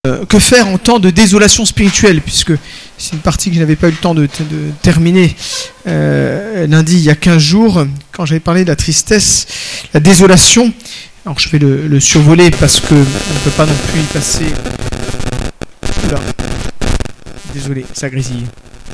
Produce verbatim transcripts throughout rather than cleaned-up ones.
Euh, que faire en temps de désolation spirituelle, puisque c'est une partie que je n'avais pas eu le temps de, de terminer euh, lundi, il y a quinze jours, quand j'avais parlé de la tristesse, la désolation. Alors je vais le, le survoler parce qu'on ne peut pas non plus y passer. Oula. Désolé, ça grésille.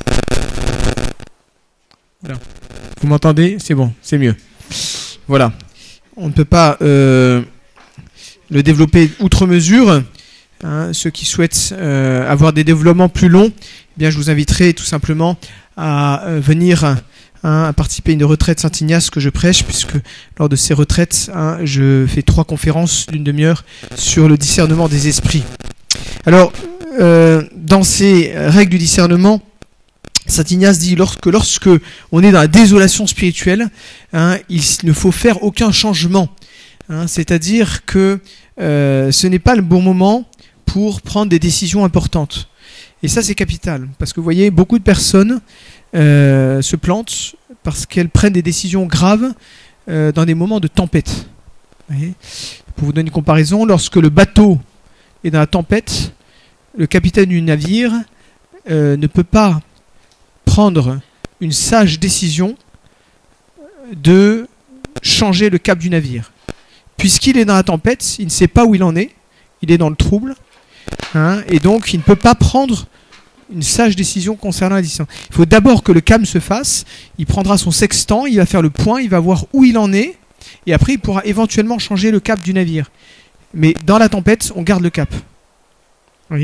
Voilà. Vous m'entendez? C'est bon, c'est mieux. Voilà. On ne peut pas euh, le développer outre mesure. Hein, ceux qui souhaitent euh, avoir des développements plus longs, eh bien, je vous inviterai tout simplement à euh, venir hein, à participer à une retraite Saint-Ignace que je prêche, puisque lors de ces retraites, hein, je fais trois conférences d'une demi-heure sur le discernement des esprits. Alors, euh, dans ces règles du discernement, Saint-Ignace dit lorsque, lorsque on est dans la désolation spirituelle, hein, il ne faut faire aucun changement. Hein, c'est-à-dire que euh, ce n'est pas le bon moment pour prendre des décisions importantes. Et ça, c'est capital. Parce que vous voyez, beaucoup de personnes euh, se plantent parce qu'elles prennent des décisions graves euh, dans des moments de tempête. Vous voyez ? Pour vous donner une comparaison, lorsque le bateau est dans la tempête, le capitaine du navire euh, ne peut pas prendre une sage décision de changer le cap du navire. Puisqu'il est dans la tempête, il ne sait pas où il en est, il est dans le trouble, hein, et donc il ne peut pas prendre une sage décision concernant la décision. Il faut d'abord que le calme se fasse, il prendra son sextant, il va faire le point, il va voir où il en est, et après il pourra éventuellement changer le cap du navire. Mais dans la tempête, on garde le cap. Vous voyez ?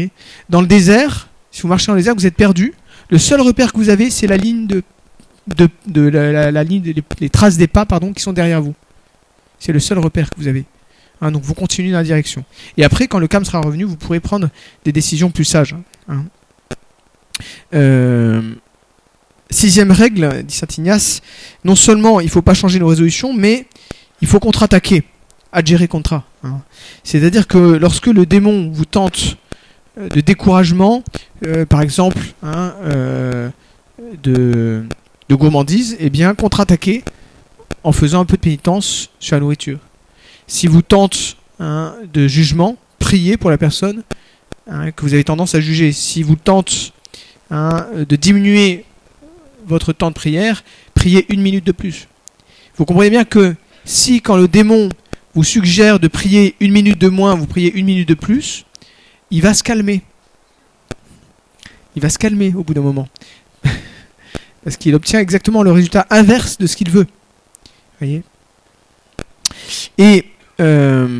Dans le désert, si vous marchez dans le désert, vous êtes perdu, le seul repère que vous avez, c'est la ligne de, de, de la, la, la ligne, de, les, les traces des pas, pardon, qui sont derrière vous. C'est le seul repère que vous avez. Hein, donc vous continuez dans la direction. Et après, quand le calme sera revenu, vous pourrez prendre des décisions plus sages. Hein. Euh, sixième règle, dit Saint Ignace, non seulement il ne faut pas changer nos résolutions, mais il faut contre-attaquer, adgere contra. Hein. C'est-à-dire que lorsque le démon vous tente de découragement, euh, par exemple, hein, euh, de, de gourmandise, eh bien contre-attaquer en faisant un peu de pénitence sur la nourriture. Si vous tente hein, de jugement, priez pour la personne hein, que vous avez tendance à juger. Si vous tente hein, de diminuer votre temps de prière, priez une minute de plus. Vous comprenez bien que si quand le démon vous suggère de prier une minute de moins, vous priez une minute de plus, il va se calmer. Il va se calmer au bout d'un moment. Parce qu'il obtient exactement le résultat inverse de ce qu'il veut. Vous voyez ? Et euh,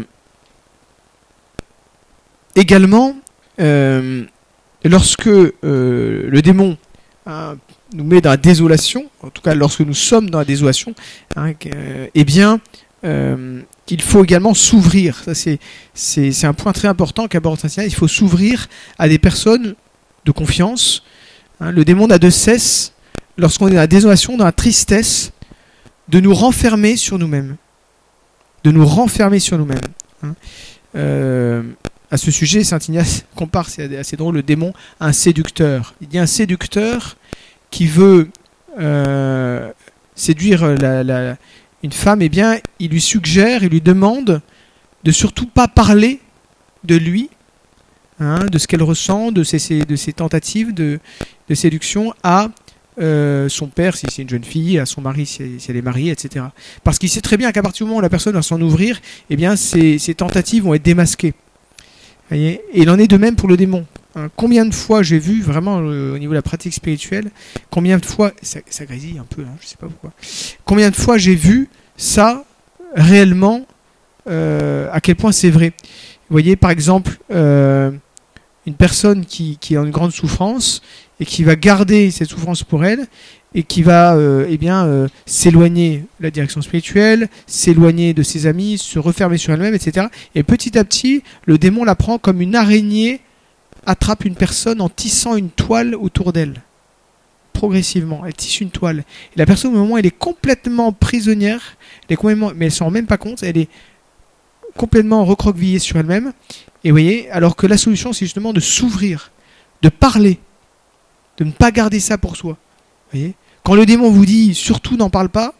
également, euh, lorsque euh, le démon hein, nous met dans la désolation, en tout cas lorsque nous sommes dans la désolation, hein, euh, eh bien, euh, il faut également s'ouvrir. Ça, c'est, c'est, c'est un point très important qu'aborde Saint Ignace. Il faut s'ouvrir à des personnes de confiance. Hein, le démon n'a de cesse, lorsqu'on est dans la désolation, dans la tristesse, de nous renfermer sur nous-mêmes. De nous renfermer sur nous-mêmes. Hein. Euh, à ce sujet, Saint Ignace compare, c'est assez drôle, le démon à un séducteur. Il dit un séducteur qui veut euh, séduire la, la, une femme, eh bien, il lui suggère, il lui demande de surtout pas parler de lui, hein, de ce qu'elle ressent, de ses, de ses tentatives de, de séduction à Euh, son père si c'est une jeune fille, à son mari si, si elle est mariée, et cetera. Parce qu'il sait très bien qu'à partir du moment où la personne va s'en ouvrir, eh bien ses, ses tentatives vont être démasquées. Voyez, et il en est de même pour le démon. Hein, combien de fois j'ai vu, vraiment euh, au niveau de la pratique spirituelle, combien de fois, ça, ça grésille un peu, hein, je sais pas pourquoi, combien de fois j'ai vu ça réellement, euh, à quel point c'est vrai. Vous voyez, par exemple, euh, une personne qui, qui est en une grande souffrance, et qui va garder cette souffrance pour elle, et qui va euh, eh bien, euh, s'éloigner de la direction spirituelle, s'éloigner de ses amis, se refermer sur elle-même, et cetera. Et petit à petit, le démon la prend comme une araignée attrape une personne en tissant une toile autour d'elle. Progressivement, elle tisse une toile. Et la personne, au moment où elle est complètement prisonnière, elle est complètement, mais elle ne s'en rend même pas compte, elle est complètement recroquevillée sur elle-même. Et vous voyez, alors que la solution, c'est justement de s'ouvrir, de parler, de ne pas garder ça pour soi. Vous voyez ? Quand le démon vous dit surtout n'en parle pas,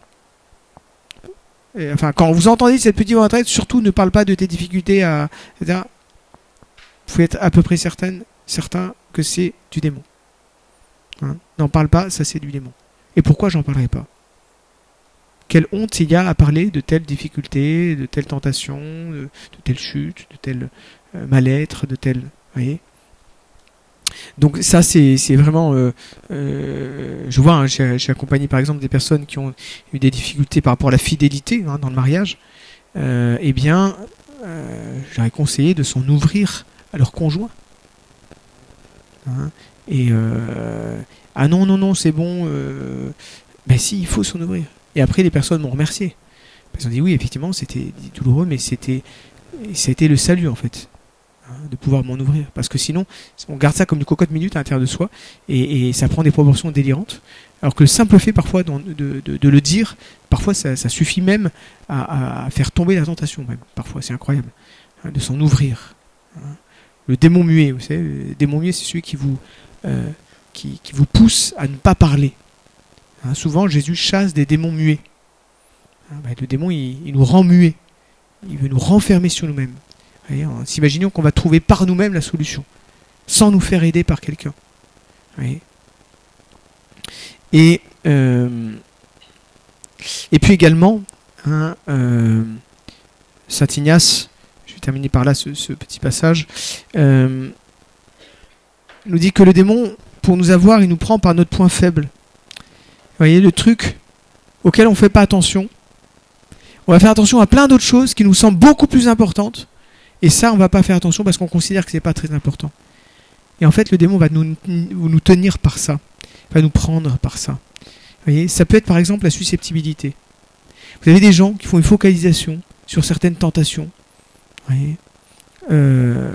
et, enfin quand vous entendez cette petite voix en tête, surtout ne parle pas de tes difficultés, à, et cetera. pouvez être à peu près certaine, certain que c'est du démon. Hein, n'en parle pas, ça c'est du démon. Et pourquoi j'en parlerai pas? Quelle honte il y a à parler de telle difficulté, de telle tentation, de, de telle chute, de tel euh, mal-être, de tel... Vous voyez? Donc ça c'est vraiment... Euh, euh, je vois, hein, j'ai accompagné par exemple des personnes qui ont eu des difficultés par rapport à la fidélité hein, dans le mariage. Euh, eh bien, euh, j'aurais conseillé de s'en ouvrir à leur conjoint. Hein, et... Euh, ah non, non, non, c'est bon... Euh, ben si, il faut s'en ouvrir. Et après, les personnes m'ont remercié. Ils ont dit oui, effectivement, c'était douloureux, mais c'était, c'était le salut en fait, hein, de pouvoir m'en ouvrir. Parce que sinon, on garde ça comme une cocotte minute à l'intérieur de soi, et, et ça prend des proportions délirantes. Alors que le simple fait parfois de, de, de, de le dire, parfois ça, ça suffit même à, à faire tomber la tentation. Même. Parfois, c'est incroyable, hein, de s'en ouvrir. Hein. Le démon muet, vous savez, le démon muet, c'est celui qui vous, euh, qui, qui vous pousse à ne pas parler. Hein, souvent, Jésus chasse des démons muets. Hein, bah, le démon, il, il nous rend muets. Il veut nous renfermer sur nous-mêmes. S'imaginons qu'on va trouver par nous-mêmes la solution, sans nous faire aider par quelqu'un. Et, euh, et puis également, hein, euh, Saint Ignace, je vais terminer par là ce, ce petit passage, euh, nous dit que le démon, pour nous avoir, il nous prend par notre point faible. Vous voyez, le truc auquel on ne fait pas attention. On va faire attention à plein d'autres choses qui nous semblent beaucoup plus importantes. Et ça, on ne va pas faire attention parce qu'on considère que ce n'est pas très important. Et en fait, le démon va nous, nous tenir par ça. Va nous prendre par ça. Vous voyez, ça peut être par exemple la susceptibilité. Vous avez des gens qui font une focalisation sur certaines tentations. Vous voyez, euh,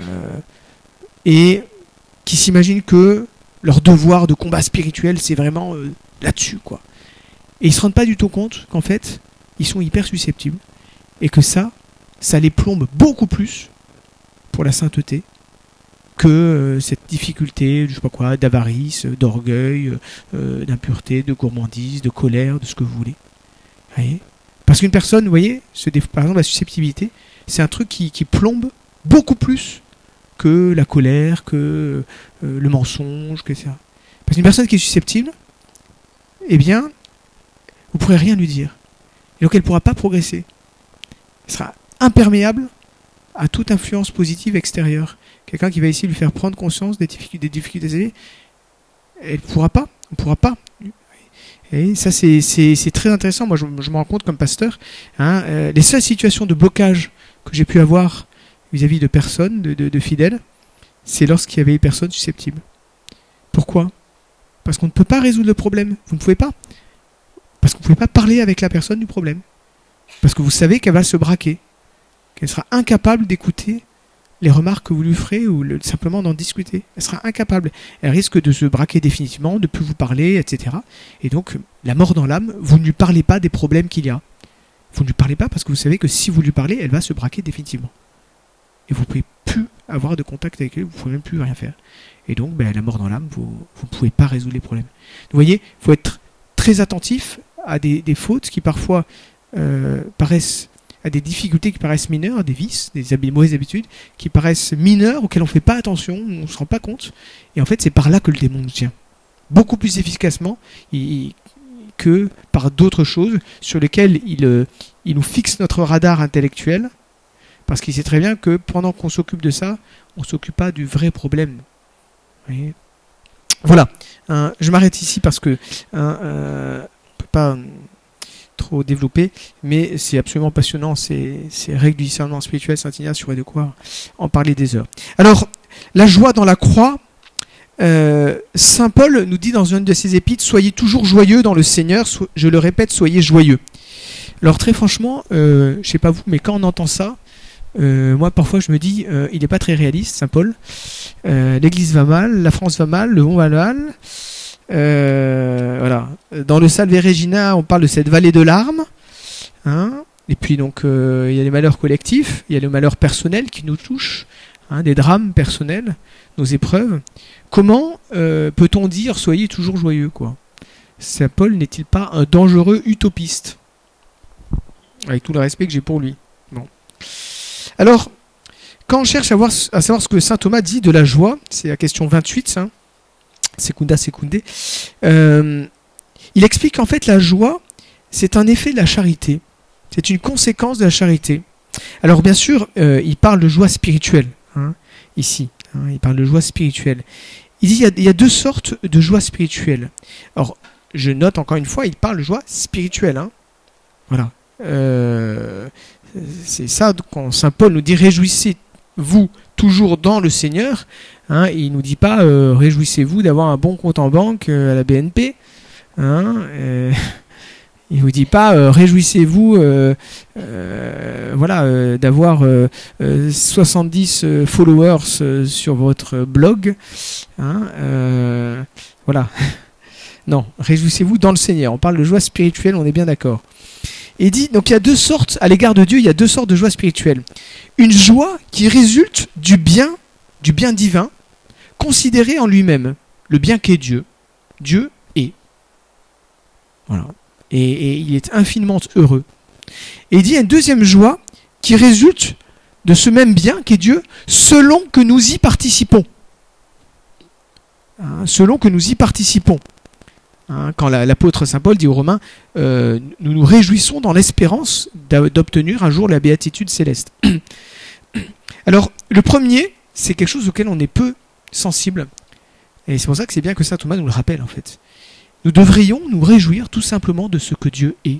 et qui s'imaginent que leur devoir de combat spirituel, c'est vraiment... Euh, là-dessus, quoi. Et ils ne se rendent pas du tout compte qu'en fait, ils sont hyper susceptibles et que ça, ça les plombe beaucoup plus pour la sainteté que euh, cette difficulté, je sais pas quoi, d'avarice, d'orgueil, euh, d'impureté, de gourmandise, de colère, de ce que vous voulez. Vous voyez ? Parce qu'une personne, vous voyez, ce, par exemple la susceptibilité, c'est un truc qui, qui plombe beaucoup plus que la colère, que euh, le mensonge, et cetera. Parce qu'une personne qui est susceptible, eh bien, vous ne pourrez rien lui dire. Et donc elle ne pourra pas progresser. Elle sera imperméable à toute influence positive extérieure. Quelqu'un qui va essayer de lui faire prendre conscience des difficultés, des difficultés elle ne pourra pas. On ne pourra pas. Et ça, c'est, c'est, c'est très intéressant. Moi, je, je me rends compte comme pasteur, hein, euh, les seules situations de blocage que j'ai pu avoir vis-à-vis de personnes, de, de, de fidèles, c'est lorsqu'il y avait des personnes susceptibles. Pourquoi ? Parce qu'on ne peut pas résoudre le problème. Vous ne pouvez pas. Parce que vous ne pouvez pas parler avec la personne du problème. Parce que vous savez qu'elle va se braquer. Qu'elle sera incapable d'écouter les remarques que vous lui ferez ou le, simplement d'en discuter. Elle sera incapable. Elle risque de se braquer définitivement, de ne plus vous parler, et cetera. Et donc, la mort dans l'âme, vous ne lui parlez pas des problèmes qu'il y a. Vous ne lui parlez pas parce que vous savez que si vous lui parlez, elle va se braquer définitivement. Et vous ne pouvez plus avoir de contact avec elle, vous ne pouvez même plus rien faire. Et donc, ben, la mort dans l'âme, vous ne pouvez pas résoudre les problèmes. Vous voyez, il faut être très attentif à des, des fautes qui parfois euh, paraissent, à des difficultés qui paraissent mineures, des vices, des, des mauvaises habitudes, qui paraissent mineures, auxquelles on ne fait pas attention, on ne se rend pas compte. Et en fait, c'est par là que le démon nous tient. Beaucoup plus efficacement il, que par d'autres choses sur lesquelles il, euh, il nous fixe notre radar intellectuel, parce qu'il sait très bien que pendant qu'on s'occupe de ça, on ne s'occupe pas du vrai problème. Vous voyez ? Voilà, hein, je m'arrête ici parce que hein, euh, on ne peut pas euh, trop développer, mais c'est absolument passionnant, ces, ces règles du discernement spirituel, Saint Ignace, il y aurait de quoi en parler des heures. Alors, la joie dans la croix, euh, Saint Paul nous dit dans une de ses épîtres, soyez toujours joyeux dans le Seigneur, so, je le répète, soyez joyeux. Alors très franchement, euh, je ne sais pas vous, mais quand on entend ça, Euh, moi parfois je me dis euh, il n'est pas très réaliste Saint Paul, euh, l'église va mal, la France va mal, le monde va mal, euh, voilà. Dans le Salve Regina on parle de cette vallée de larmes, hein, et puis donc euh, il y a les malheurs collectifs, il y a le malheur personnel qui nous touche, hein, des drames personnels, nos épreuves. Comment euh, peut-on dire soyez toujours joyeux, quoi? Saint Paul n'est-il pas un dangereux utopiste, avec tout le respect que j'ai pour lui? Bon. Alors, quand on cherche à, voir, à savoir ce que saint Thomas dit de la joie, c'est la question vingt-huit, hein, Secunda Secunde, euh, il explique qu'en fait la joie, c'est un effet de la charité. C'est une conséquence de la charité. Alors bien sûr, euh, il parle de joie spirituelle, hein, ici. Hein, il parle de joie spirituelle. Il dit qu'il y a, il y a deux sortes de joie spirituelle. Alors, je note encore une fois, il parle de joie spirituelle. Hein. Voilà. Euh, c'est ça quand saint Paul nous dit « Réjouissez-vous toujours dans le Seigneur hein, ». Il ne nous dit pas euh, « Réjouissez-vous d'avoir un bon compte en banque euh, à la B N P hein, ». Euh, il ne vous dit pas euh, « Réjouissez-vous euh, euh, voilà, euh, d'avoir euh, euh, soixante-dix euh, followers euh, sur votre blog hein, euh, ». Voilà. Non, réjouissez-vous dans le Seigneur. On parle de joie spirituelle, on est bien d'accord. Et il dit, donc il y a deux sortes, à l'égard de Dieu, il y a deux sortes de joie spirituelle. Une joie qui résulte du bien, du bien divin, considéré en lui-même, le bien qu'est Dieu. Dieu est. Voilà. Et, et il est infiniment heureux. Et il dit, il y a une deuxième joie qui résulte de ce même bien qu'est Dieu, selon que nous y participons. Hein, selon que nous y participons. Hein, quand la, l'apôtre saint Paul dit aux Romains, euh, nous nous réjouissons dans l'espérance d'obtenir un jour la béatitude céleste. Alors, le premier, c'est quelque chose auquel on est peu sensible. Et c'est pour ça que c'est bien que saint Thomas nous le rappelle, en fait. Nous devrions nous réjouir tout simplement de ce que Dieu est.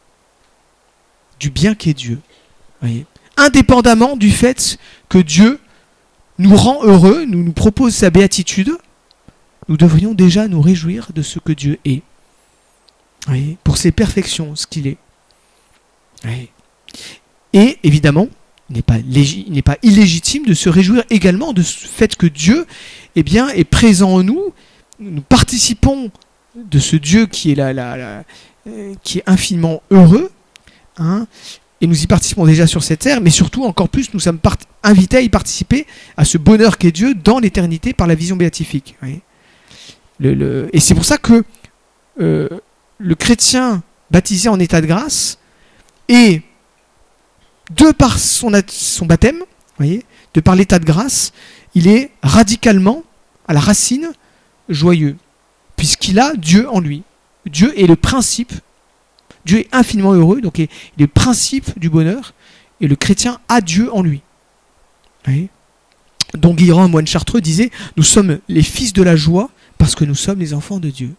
Du bien qu'est Dieu. Voyez. Indépendamment du fait que Dieu nous rend heureux, nous nous propose sa béatitude, nous devrions déjà nous réjouir de ce que Dieu est. Oui, pour ses perfections, ce qu'il est. Oui. Et évidemment, il n'est pas, lég- il n'est pas illégitime de se réjouir également de ce fait que Dieu eh bien, est présent en nous. Nous participons de ce Dieu qui est, la, la, la, euh, qui est infiniment heureux. Hein, et nous y participons déjà sur cette terre, mais surtout, encore plus, nous sommes part- invités à y participer à ce bonheur qu'est Dieu dans l'éternité par la vision béatifique. Oui. Le, le, et c'est pour ça que euh, le chrétien baptisé en état de grâce est, de par son, son baptême, voyez, de par l'état de grâce, il est radicalement, à la racine, joyeux, puisqu'il a Dieu en lui. Dieu est le principe, Dieu est infiniment heureux, donc il est le principe du bonheur, et le chrétien a Dieu en lui. Voyez. Don Guérin, moine chartreux, disait « Nous sommes les fils de la joie, parce que nous sommes les enfants de Dieu. »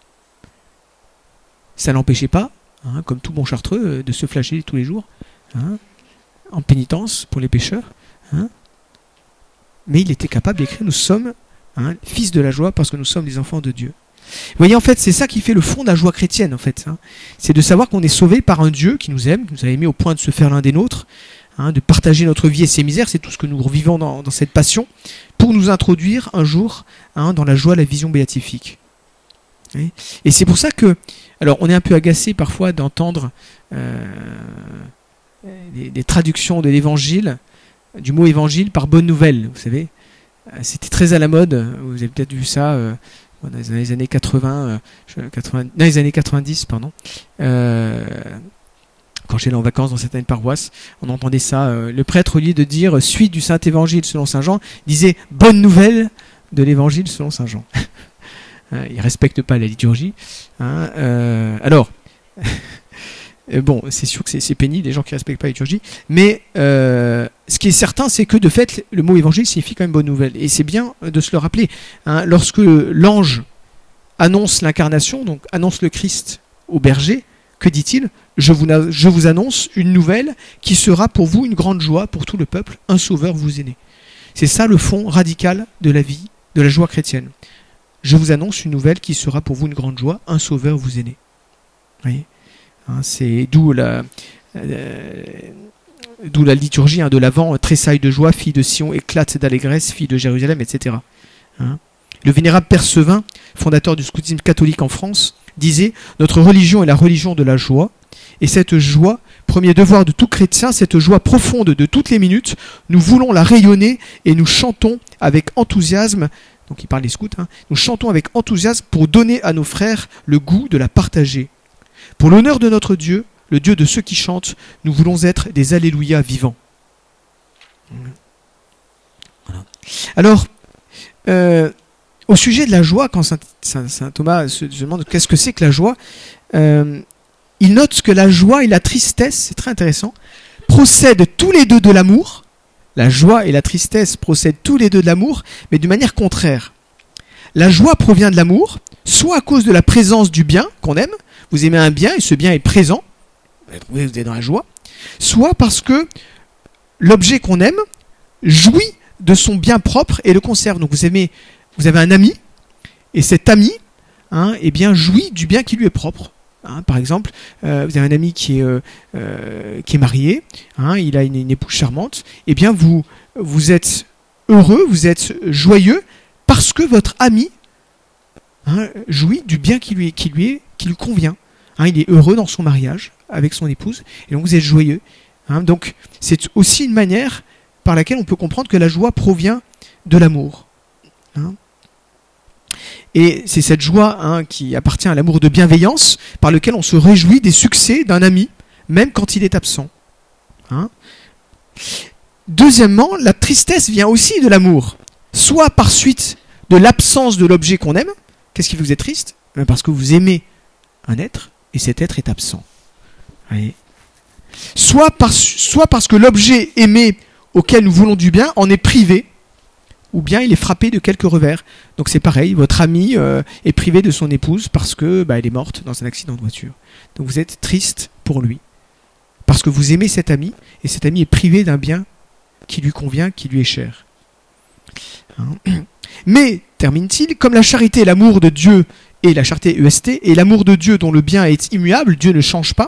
Ça n'empêchait pas, hein, comme tout bon chartreux, de se flageller tous les jours, hein, en pénitence pour les pécheurs. Hein. Mais il était capable d'écrire « Nous sommes hein, fils de la joie parce que nous sommes les enfants de Dieu. » Vous voyez, en fait, c'est ça qui fait le fond de la joie chrétienne, en fait. Hein. C'est de savoir qu'on est sauvé par un Dieu qui nous aime, qui nous a aimés au point de se faire l'un des nôtres, hein, de partager notre vie et ses misères, c'est tout ce que nous vivons dans, dans cette passion, pour nous introduire un jour hein, dans la joie, la vision béatifique. Oui. Et c'est pour ça que, alors on est un peu agacé parfois d'entendre euh, des, des traductions de l'évangile, du mot évangile par bonne nouvelle, vous savez. C'était très à la mode, vous avez peut-être vu ça euh, dans les années quatre-vingts, euh, quatre-vingts, non, les années quatre-vingt-dix, pardon. Euh, Quand j'allais en vacances dans certaines paroisses, on entendait ça. Euh, le prêtre, au lieu de dire « suite du Saint-Évangile selon Saint Jean », disait « bonne nouvelle de l'Évangile selon Saint Jean ». Hein, il ne respecte pas la liturgie. Hein, euh, alors, bon, c'est sûr que c'est, c'est pénible, les gens qui ne respectent pas la liturgie. Mais euh, ce qui est certain, c'est que de fait, le mot évangile signifie quand même bonne nouvelle. Et c'est bien de se le rappeler. Hein, lorsque l'ange annonce l'incarnation, donc annonce le Christ au berger, que dit-il ? je vous, je vous annonce une nouvelle qui sera pour vous une grande joie pour tout le peuple. Un sauveur vous est né. C'est ça le fond radical de la vie, de la joie chrétienne. Je vous annonce une nouvelle qui sera pour vous une grande joie. Un sauveur vous est né. Vous voyez hein, c'est d'où la, euh, d'où la liturgie hein, de l'Avent, tressaille de joie, fille de Sion, éclate d'allégresse, fille de Jérusalem, et cetera. Hein. Le vénérable Père Sevin, fondateur du scoutisme catholique en France, disait « Notre religion est la religion de la joie, et cette joie, premier devoir de tout chrétien, cette joie profonde de toutes les minutes, nous voulons la rayonner et nous chantons avec enthousiasme, donc il parle des scouts, hein, nous chantons avec enthousiasme pour donner à nos frères le goût de la partager. Pour l'honneur de notre Dieu, le Dieu de ceux qui chantent, nous voulons être des alléluia vivants. » Alors, euh, au sujet de la joie, quand saint, saint, saint Thomas se, se demande qu'est-ce que c'est que la joie, euh, il note que la joie et la tristesse, c'est très intéressant, procèdent tous les deux de l'amour. La joie et la tristesse procèdent tous les deux de l'amour, mais de manière contraire. La joie provient de l'amour, soit à cause de la présence du bien qu'on aime, vous aimez un bien et ce bien est présent, vous êtes dans la joie, soit parce que l'objet qu'on aime jouit de son bien propre et le conserve. Donc vous aimez, vous avez un ami, et cet ami hein, eh bien, jouit du bien qui lui est propre. Hein, par exemple, euh, vous avez un ami qui est, euh, euh, qui est marié, hein, il a une, une épouse charmante, et bien vous, vous êtes heureux, vous êtes joyeux parce que votre ami hein, jouit du bien qui lui, qui lui, est, qui lui convient. Hein, il est heureux dans son mariage avec son épouse, et donc vous êtes joyeux. Hein, donc c'est aussi une manière par laquelle on peut comprendre que la joie provient de l'amour. Hein. Et c'est cette joie hein, qui appartient à l'amour de bienveillance par lequel on se réjouit des succès d'un ami, même quand il est absent. Hein. Deuxièmement, la tristesse vient aussi de l'amour, soit par suite de l'absence de l'objet qu'on aime. Qu'est-ce qui vous est triste? Parce que vous aimez un être et cet être est absent. Voyez. Soit, par, soit parce que l'objet aimé auquel nous voulons du bien en est privé, ou bien il est frappé de quelques revers. Donc c'est pareil, votre ami euh, est privé de son épouse parce que bah, elle est morte dans un accident de voiture. Donc vous êtes triste pour lui, parce que vous aimez cet ami, et cet ami est privé d'un bien qui lui convient, qui lui est cher. Hein. Mais, termine-t-il, comme la charité est l'amour de Dieu, et la charité E S T, et l'amour de Dieu dont le bien est immuable, Dieu ne change pas,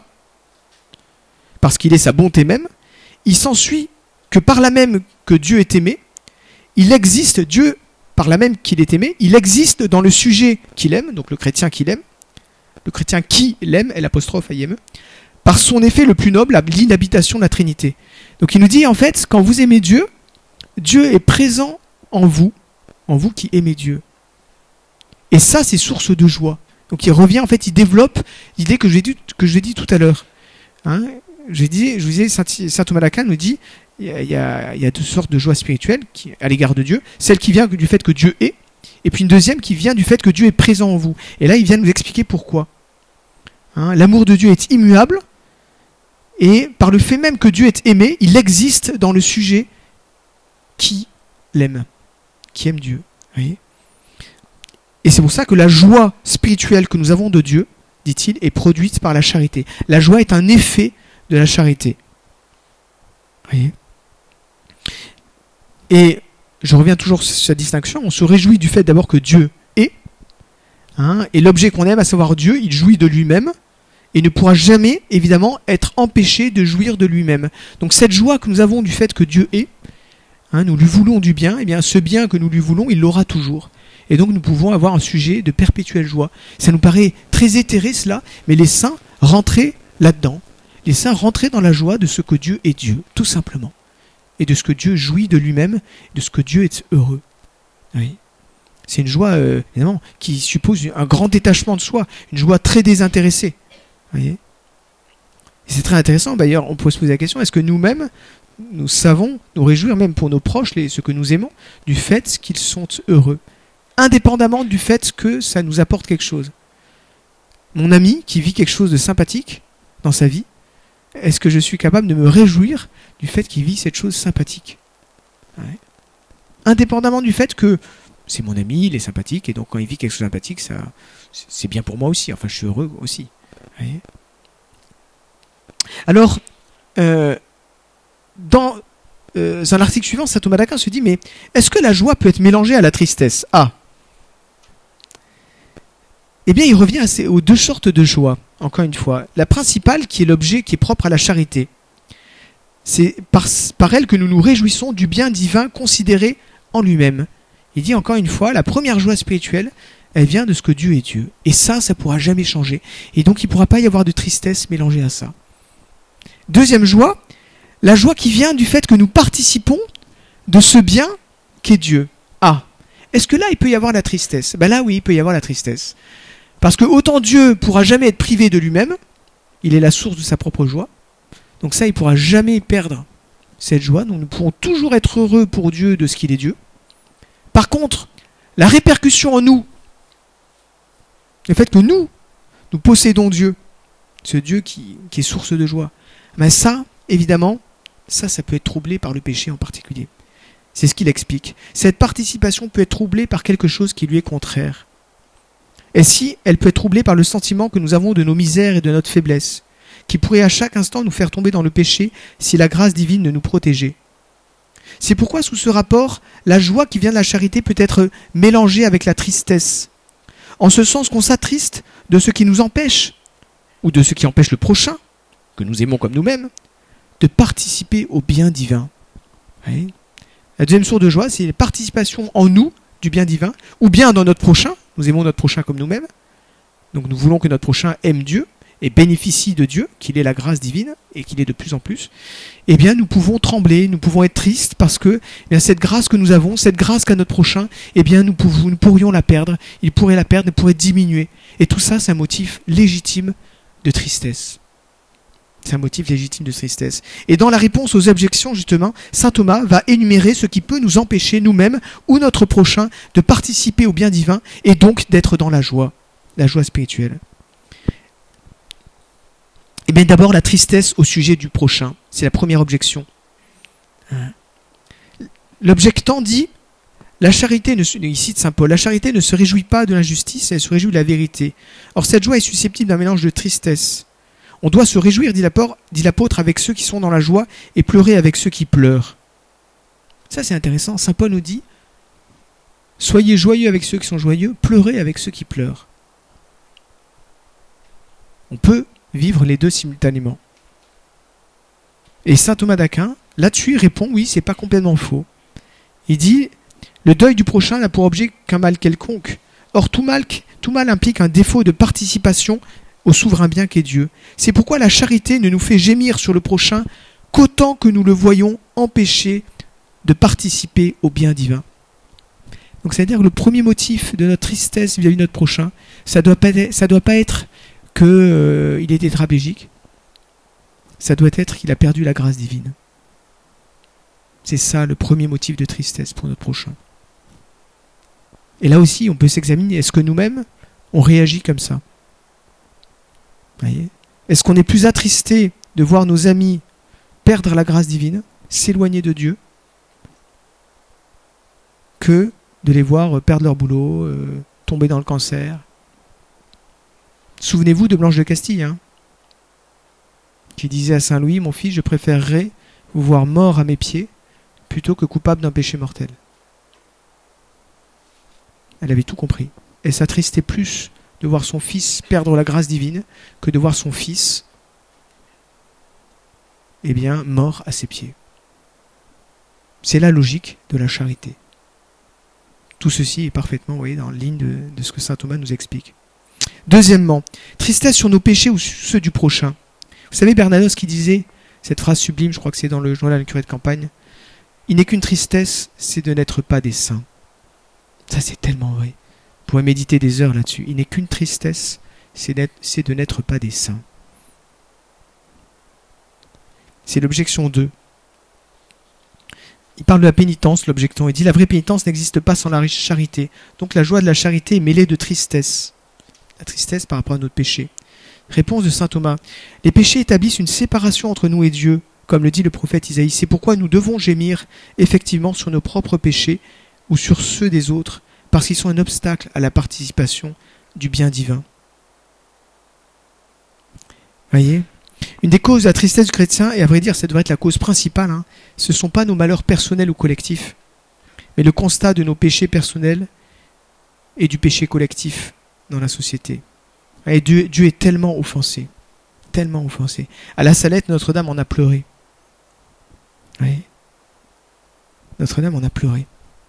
parce qu'il est sa bonté même, il s'ensuit que par là même que Dieu est aimé, il existe, Dieu, par là même qu'il est aimé, il existe dans le sujet qu'il aime, donc le chrétien qu'il aime, le chrétien qui l'aime, L apostrophe I M E, par son effet le plus noble, l'inhabitation de la Trinité. Donc il nous dit, en fait, quand vous aimez Dieu, Dieu est présent en vous, en vous qui aimez Dieu. Et ça, c'est source de joie. Donc il revient, en fait, il développe l'idée que je dit, que je dit tout à l'heure. Hein, je, dis, je vous disais, saint, saint Thomas d'Aquin nous dit, il y, a, il, y a, il y a deux sortes de joie spirituelle qui, à l'égard de Dieu. Celle qui vient du fait que Dieu est, et puis une deuxième qui vient du fait que Dieu est présent en vous. Et là, il vient nous expliquer pourquoi. Hein, l'amour de Dieu est immuable, et par le fait même que Dieu est aimé, il existe dans le sujet qui l'aime, qui aime Dieu. Vous voyez ? Et c'est pour ça que la joie spirituelle que nous avons de Dieu, dit-il, est produite par la charité. La joie est un effet de la charité. Vous voyez ? Et je reviens toujours sur cette distinction, on se réjouit du fait d'abord que Dieu est, hein, et l'objet qu'on aime, à savoir Dieu, il jouit de lui-même, et ne pourra jamais, évidemment, être empêché de jouir de lui-même. Donc cette joie que nous avons du fait que Dieu est, hein, nous lui voulons du bien, et bien ce bien que nous lui voulons, il l'aura toujours. Et donc nous pouvons avoir un sujet de perpétuelle joie. Ça nous paraît très éthéré cela, mais les saints rentraient là-dedans. Les saints rentraient dans la joie de ce que Dieu est Dieu, tout simplement. Et de ce que Dieu jouit de lui-même, de ce que Dieu est heureux. Oui. C'est une joie, euh, évidemment, qui suppose un grand détachement de soi, une joie très désintéressée. Vous voyez ? Et c'est très intéressant, d'ailleurs, on peut se poser la question, est-ce que nous-mêmes, nous savons nous réjouir, même pour nos proches, les, ceux que nous aimons, du fait qu'ils sont heureux, indépendamment du fait que ça nous apporte quelque chose. Mon ami qui vit quelque chose de sympathique dans sa vie, est-ce que je suis capable de me réjouir du fait qu'il vit cette chose sympathique ? Ouais. Indépendamment du fait que c'est mon ami, il est sympathique, et donc quand il vit quelque chose de sympathique, ça, c'est bien pour moi aussi, enfin je suis heureux aussi. Ouais. Alors, euh, dans euh, un article suivant, saint Thomas d'Aquin se dit, mais est-ce que la joie peut être mélangée à la tristesse ? Ah. Eh bien, il revient à ces, aux deux sortes de joie, encore une fois. La principale, qui est l'objet qui est propre à la charité. C'est par, par elle que nous nous réjouissons du bien divin considéré en lui-même. Il dit encore une fois, la première joie spirituelle, elle vient de ce que Dieu est Dieu. Et ça, ça ne pourra jamais changer. Et donc, il ne pourra pas y avoir de tristesse mélangée à ça. Deuxième joie, la joie qui vient du fait que nous participons de ce bien qu'est Dieu. Ah, est-ce que là, il peut y avoir la tristesse ? Ben là, oui, il peut y avoir la tristesse. Parce que autant Dieu pourra jamais être privé de lui-même, il est la source de sa propre joie, donc ça, il pourra jamais perdre cette joie, donc nous pourrons toujours être heureux pour Dieu de ce qu'il est Dieu, Par contre, la répercussion en nous, le fait que nous, nous possédons Dieu, ce Dieu qui, qui est source de joie, mais ça, évidemment, ça, ça peut être troublé par le péché en particulier. C'est ce qu'il explique. Cette participation peut être troublée par quelque chose qui lui est contraire. Et si elle peut être troublée par le sentiment que nous avons de nos misères et de notre faiblesse, qui pourrait à chaque instant nous faire tomber dans le péché si la grâce divine ne nous protégeait. C'est pourquoi, sous ce rapport, la joie qui vient de la charité peut être mélangée avec la tristesse, en ce sens qu'on s'attriste de ce qui nous empêche, ou de ce qui empêche le prochain, que nous aimons comme nous-mêmes, de participer au bien divin. Oui. La deuxième source de joie, c'est la participation en nous du bien divin, ou bien dans notre prochain. Nous aimons notre prochain comme nous-mêmes. Donc nous voulons que notre prochain aime Dieu et bénéficie de Dieu, qu'il ait la grâce divine et qu'il ait de plus en plus. Eh bien, nous pouvons trembler, nous pouvons être tristes parce que eh bien, cette grâce que nous avons, cette grâce qu'a notre prochain, eh bien, nous, pouvons, nous pourrions la perdre. Il pourrait la perdre, il pourrait diminuer. Et tout ça, c'est un motif légitime de tristesse. C'est un motif légitime de tristesse. Et dans la réponse aux objections, justement, saint Thomas va énumérer ce qui peut nous empêcher, nous-mêmes ou notre prochain, de participer au bien divin et donc d'être dans la joie, la joie spirituelle. Eh bien, d'abord, la tristesse au sujet du prochain. C'est la première objection. L'objectant dit, la charité, ne se, ici de saint Paul, la charité ne se réjouit pas de l'injustice, elle se réjouit de la vérité. Or, cette joie est susceptible d'un mélange de tristesse. On doit se réjouir, dit l'apôtre, avec ceux qui sont dans la joie et pleurer avec ceux qui pleurent. Ça, c'est intéressant. Saint Paul nous dit, soyez joyeux avec ceux qui sont joyeux, pleurez avec ceux qui pleurent. On peut vivre les deux simultanément. Et saint Thomas d'Aquin, là-dessus, il répond, oui, c'est pas complètement faux. Il dit, le deuil du prochain n'a pour objet qu'un mal quelconque. Or, tout mal, tout mal implique un défaut de participation au souverain bien qu'est Dieu. C'est pourquoi la charité ne nous fait gémir sur le prochain qu'autant que nous le voyons empêcher de participer au bien divin. Donc, c'est-à-dire que le premier motif de notre tristesse vis-à-vis de notre prochain, ça doit pas être, ça doit pas être qu'il euh, est tétraplégique, ça doit être qu'il a perdu la grâce divine. C'est ça le premier motif de tristesse pour notre prochain. Et là aussi, on peut s'examiner, est-ce que nous-mêmes, on réagit comme ça? Voyez ? Est-ce qu'on est plus attristé de voir nos amis perdre la grâce divine, s'éloigner de Dieu, que de les voir perdre leur boulot, euh, tomber dans le cancer? Souvenez-vous de Blanche de Castille, hein, qui disait à Saint Louis, mon fils, je préférerais vous voir mort à mes pieds plutôt que coupable d'un péché mortel. Elle avait tout compris. Elle s'attristait plus de voir son fils perdre la grâce divine que de voir son fils, eh bien, mort à ses pieds. C'est la logique de la charité. Tout ceci est parfaitement, vous voyez, dans la ligne de, de ce que saint Thomas nous explique. Deuxièmement, tristesse sur nos péchés ou ceux du prochain. Vous savez, Bernanos qui disait cette phrase sublime, je crois que c'est dans le journal du curé de campagne, il n'est qu'une tristesse, c'est de n'être pas des saints. Ça, c'est tellement vrai. Vous pourrez méditer des heures là-dessus. Il n'est qu'une tristesse, c'est de n'être pas des saints. C'est l'objection deux. Il parle de la pénitence, l'objectant. Il dit, la vraie pénitence n'existe pas sans la riche charité. Donc la joie de la charité est mêlée de tristesse. La tristesse par rapport à notre péché. Réponse de saint Thomas. Les péchés établissent une séparation entre nous et Dieu, comme le dit le prophète Isaïe. C'est pourquoi nous devons gémir effectivement sur nos propres péchés ou sur ceux des autres, parce qu'ils sont un obstacle à la participation du bien divin. Voyez ? Une des causes de la tristesse du chrétien, et à vrai dire, ça devrait être la cause principale, hein, ce ne sont pas nos malheurs personnels ou collectifs, mais le constat de nos péchés personnels et du péché collectif dans la société. Et Dieu, Dieu est tellement offensé, tellement offensé. À la Salette, Notre-Dame en a pleuré. Oui. Notre-Dame en a pleuré.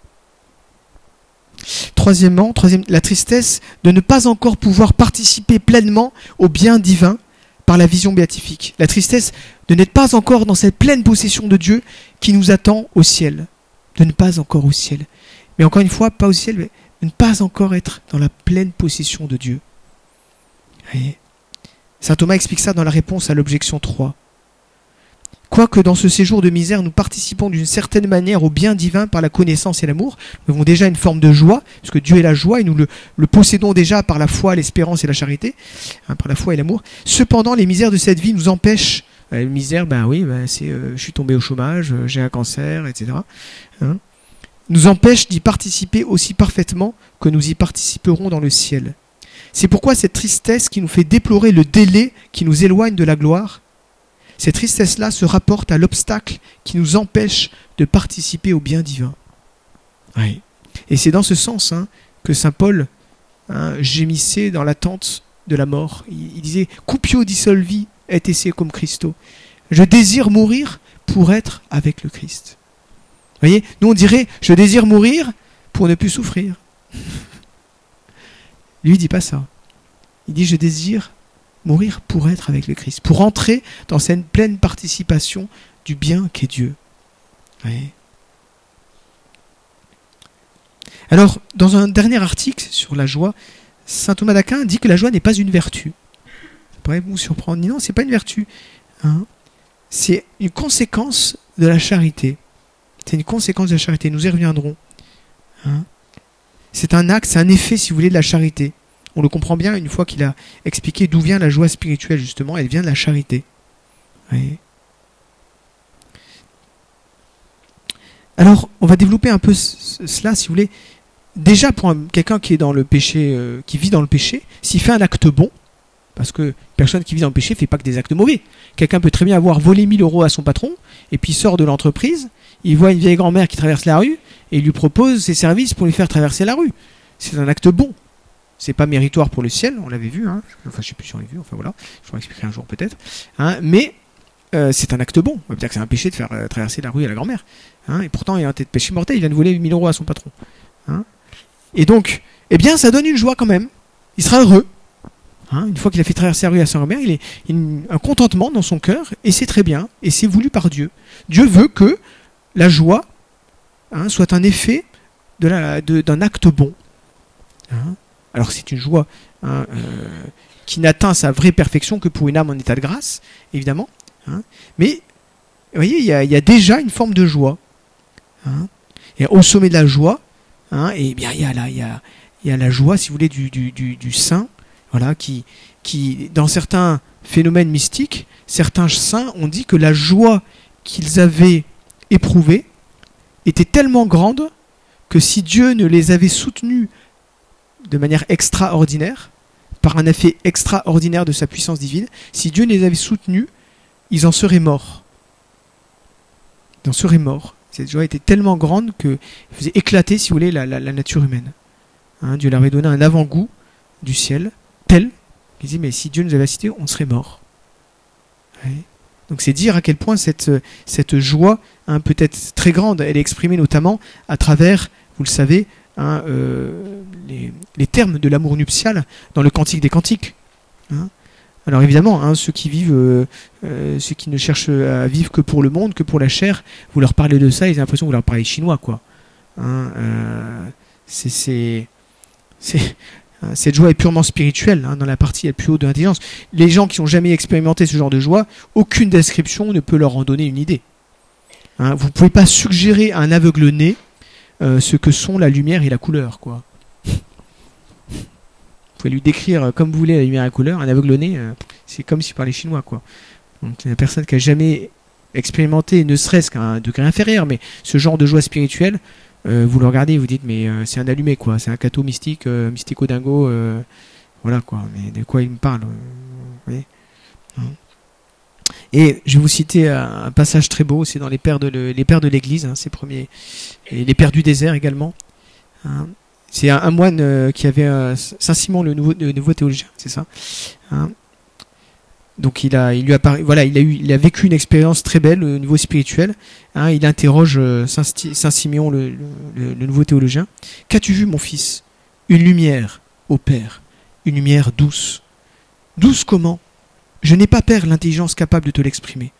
Troisièmement, troisième, la tristesse de ne pas encore pouvoir participer pleinement au bien divin par la vision béatifique. La tristesse de n'être pas encore dans cette pleine possession de Dieu qui nous attend au ciel. De ne pas encore au ciel. Mais encore une fois, pas au ciel, mais de ne pas encore être dans la pleine possession de Dieu. Voyez ? Saint Thomas explique ça dans la réponse à l'objection trois. Quoique dans ce séjour de misère, nous participons d'une certaine manière au bien divin par la connaissance et l'amour, nous avons déjà une forme de joie, parce que Dieu est la joie et nous le, le possédons déjà par la foi, l'espérance et la charité, hein, par la foi et l'amour. Cependant, les misères de cette vie nous empêchent. La misère, ben oui, ben c'est, euh, je suis tombé au chômage, euh, j'ai un cancer, et cetera. Hein, nous empêchent d'y participer aussi parfaitement que nous y participerons dans le ciel. C'est pourquoi cette tristesse qui nous fait déplorer le délai qui nous éloigne de la gloire, cette tristesse-là se rapporte à l'obstacle qui nous empêche de participer au bien divin. Oui. Et c'est dans ce sens hein, que saint Paul hein, gémissait dans l'attente de la mort. Il, il disait « Cupio dissolvi et esse cum Christo ». Je désire mourir pour être avec le Christ. Vous voyez, nous on dirait « Je désire mourir pour ne plus souffrir ». Lui, il ne dit pas ça. Il dit « Je désire mourir pour être avec le Christ, pour entrer dans cette pleine participation du bien qu'est Dieu. » Oui. Alors, dans un dernier article sur la joie, saint Thomas d'Aquin dit que la joie n'est pas une vertu. Ça pourrait vous surprendre. Non, c'est pas une vertu. Hein. C'est une conséquence de la charité. C'est une conséquence de la charité. Nous y reviendrons. Hein. C'est un acte, c'est un effet, si vous voulez, de la charité. On le comprend bien une fois qu'il a expliqué d'où vient la joie spirituelle, justement. Elle vient de la charité. Oui. Alors, on va développer un peu cela, si vous voulez. Déjà, pour un, quelqu'un qui est dans le péché, euh, qui vit dans le péché, s'il fait un acte bon, parce que personne qui vit dans le péché ne fait pas que des actes mauvais. Quelqu'un peut très bien avoir volé mille euros à son patron, et puis il sort de l'entreprise, il voit une vieille grand-mère qui traverse la rue, et il lui propose ses services pour lui faire traverser la rue. C'est un acte bon. C'est pas méritoire pour le ciel, on l'avait vu, hein. Enfin je sais plus si on l'a vu, enfin voilà, je pourrais expliquer un jour peut-être. Hein. Mais euh, c'est un acte bon. On va dire que c'est un péché de faire euh, traverser la rue à la grand-mère. Hein. Et pourtant il y a un peut-être péché mortel, il vient de voler mille euros à son patron. Hein. Et donc, eh bien ça donne une joie quand même. Il sera heureux. Hein, une fois qu'il a fait traverser la rue à sa grand-mère, il est il a un contentement dans son cœur, et c'est très bien, et c'est voulu par Dieu. Dieu veut que la joie hein, soit un effet de la, de, d'un acte bon. Hein. Alors c'est une joie hein, euh, qui n'atteint sa vraie perfection que pour une âme en état de grâce, évidemment. Hein. Mais, vous voyez, il y, y a déjà une forme de joie. Hein. Et au sommet de la joie, hein, et bien il y a la, il y a, il y a la joie, si vous voulez, du, du, du, du saint. Voilà, qui, qui, dans certains phénomènes mystiques, certains saints ont dit que la joie qu'ils avaient éprouvée était tellement grande que si Dieu ne les avait soutenus de manière extraordinaire, par un effet extraordinaire de sa puissance divine, si Dieu ne les avait soutenus, ils en seraient morts. Ils en seraient morts. Cette joie était tellement grande qu'elle faisait éclater, si vous voulez, la, la, la nature humaine. Hein, Dieu leur avait donné un avant-goût du ciel, tel qu'il dit mais si Dieu nous avait assistés, on serait mort. Ouais. Donc c'est dire à quel point cette, cette joie hein, peut être très grande. Elle est exprimée notamment à travers, vous le savez, hein, euh, les, les termes de l'amour nuptial dans le Cantique des Cantiques. Hein. Alors évidemment, hein, ceux qui vivent, euh, euh, ceux qui ne cherchent à vivre que pour le monde, que pour la chair, vous leur parlez de ça, ils ont l'impression que vous leur parlez chinois, quoi. Hein, euh, c'est, c'est, c'est cette joie est purement spirituelle, hein, dans la partie la plus haute de l'intelligence. Les gens qui n'ont jamais expérimenté ce genre de joie, aucune description ne peut leur en donner une idée. Hein, vous ne pouvez pas suggérer à un aveugle-né euh, ce que sont la lumière et la couleur, quoi. Vous pouvez lui décrire comme vous voulez la lumière et la couleur. Un aveugle-né, euh, c'est comme s'il parlait chinois, quoi. Donc, une personne qui n'a jamais expérimenté, ne serait-ce qu'à un degré inférieur, mais ce genre de joie spirituelle, Euh, vous le regardez et vous dites mais euh, c'est un allumé quoi, c'est un catho mystique, euh, mystico dingo, euh, voilà quoi, mais de quoi il me parle euh, vous voyez hein. Et je vais vous citer un, un passage très beau, c'est dans les pères de, le, les pères de l'église, hein, ces premiers, et les pères du désert également. Hein. C'est un, un moine euh, qui avait euh, Saint-Simon le nouveau, le nouveau théologien, c'est ça. Hein. Donc il a, il lui a, voilà, il a eu, il a vécu une expérience très belle au niveau spirituel. Hein, il interroge Saint, Saint Simeon, le, le, le nouveau théologien. Qu'as-tu vu, mon fils? Une lumière, ô Père, une lumière douce. Douce comment? Je n'ai pas, Père, l'intelligence capable de te l'exprimer.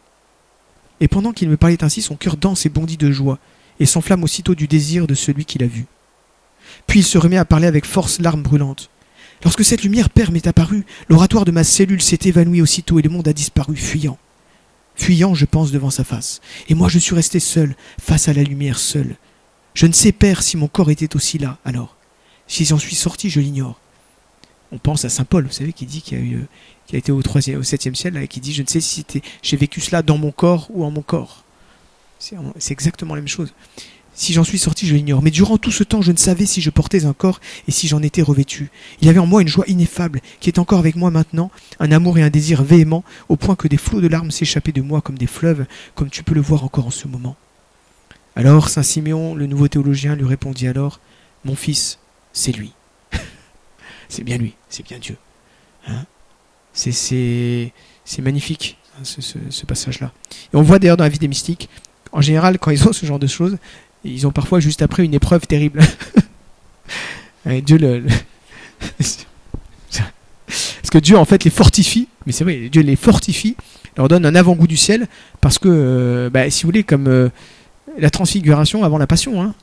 Et pendant qu'il me parlait ainsi, son cœur danse et bondit de joie, et s'enflamme aussitôt du désir de celui qui l'a vu. Puis il se remet à parler avec force, larmes brûlantes. Lorsque cette lumière, Père, m'est apparue, l'oratoire de ma cellule s'est évanoui aussitôt et le monde a disparu, fuyant. fuyant, je pense, devant sa face. Et moi, je suis resté seul, face à la lumière, seul. Je ne sais, Père, si mon corps était aussi là, alors. Si j'en suis sorti, je l'ignore. On pense à saint Paul, vous savez, qui dit qu'il a, eu, qu'il a été au, troisième, au septième ciel, là, et qui dit, je ne sais si c'était, j'ai vécu cela dans mon corps ou en mon corps. C'est, c'est exactement la même chose. Si j'en suis sorti, je l'ignore. Mais durant tout ce temps, je ne savais si je portais un corps et si j'en étais revêtu. Il y avait en moi une joie ineffable, qui est encore avec moi maintenant, un amour et un désir véhément, au point que des flots de larmes s'échappaient de moi comme des fleuves, comme tu peux le voir encore en ce moment. Alors, saint Siméon, le nouveau théologien, lui répondit alors, « Mon fils, c'est lui. » C'est bien lui, c'est bien Dieu. Hein, c'est, c'est, c'est magnifique, hein, ce, ce, ce passage-là. Et on voit d'ailleurs dans la vie des mystiques, en général, quand ils ont ce genre de choses, ils ont parfois juste après une épreuve terrible. Et Dieu le, le... Parce que Dieu en fait les fortifie, mais c'est vrai, Dieu les fortifie, leur donne un avant-goût du ciel, parce que, euh, bah, si vous voulez, comme euh, la transfiguration avant la passion, hein.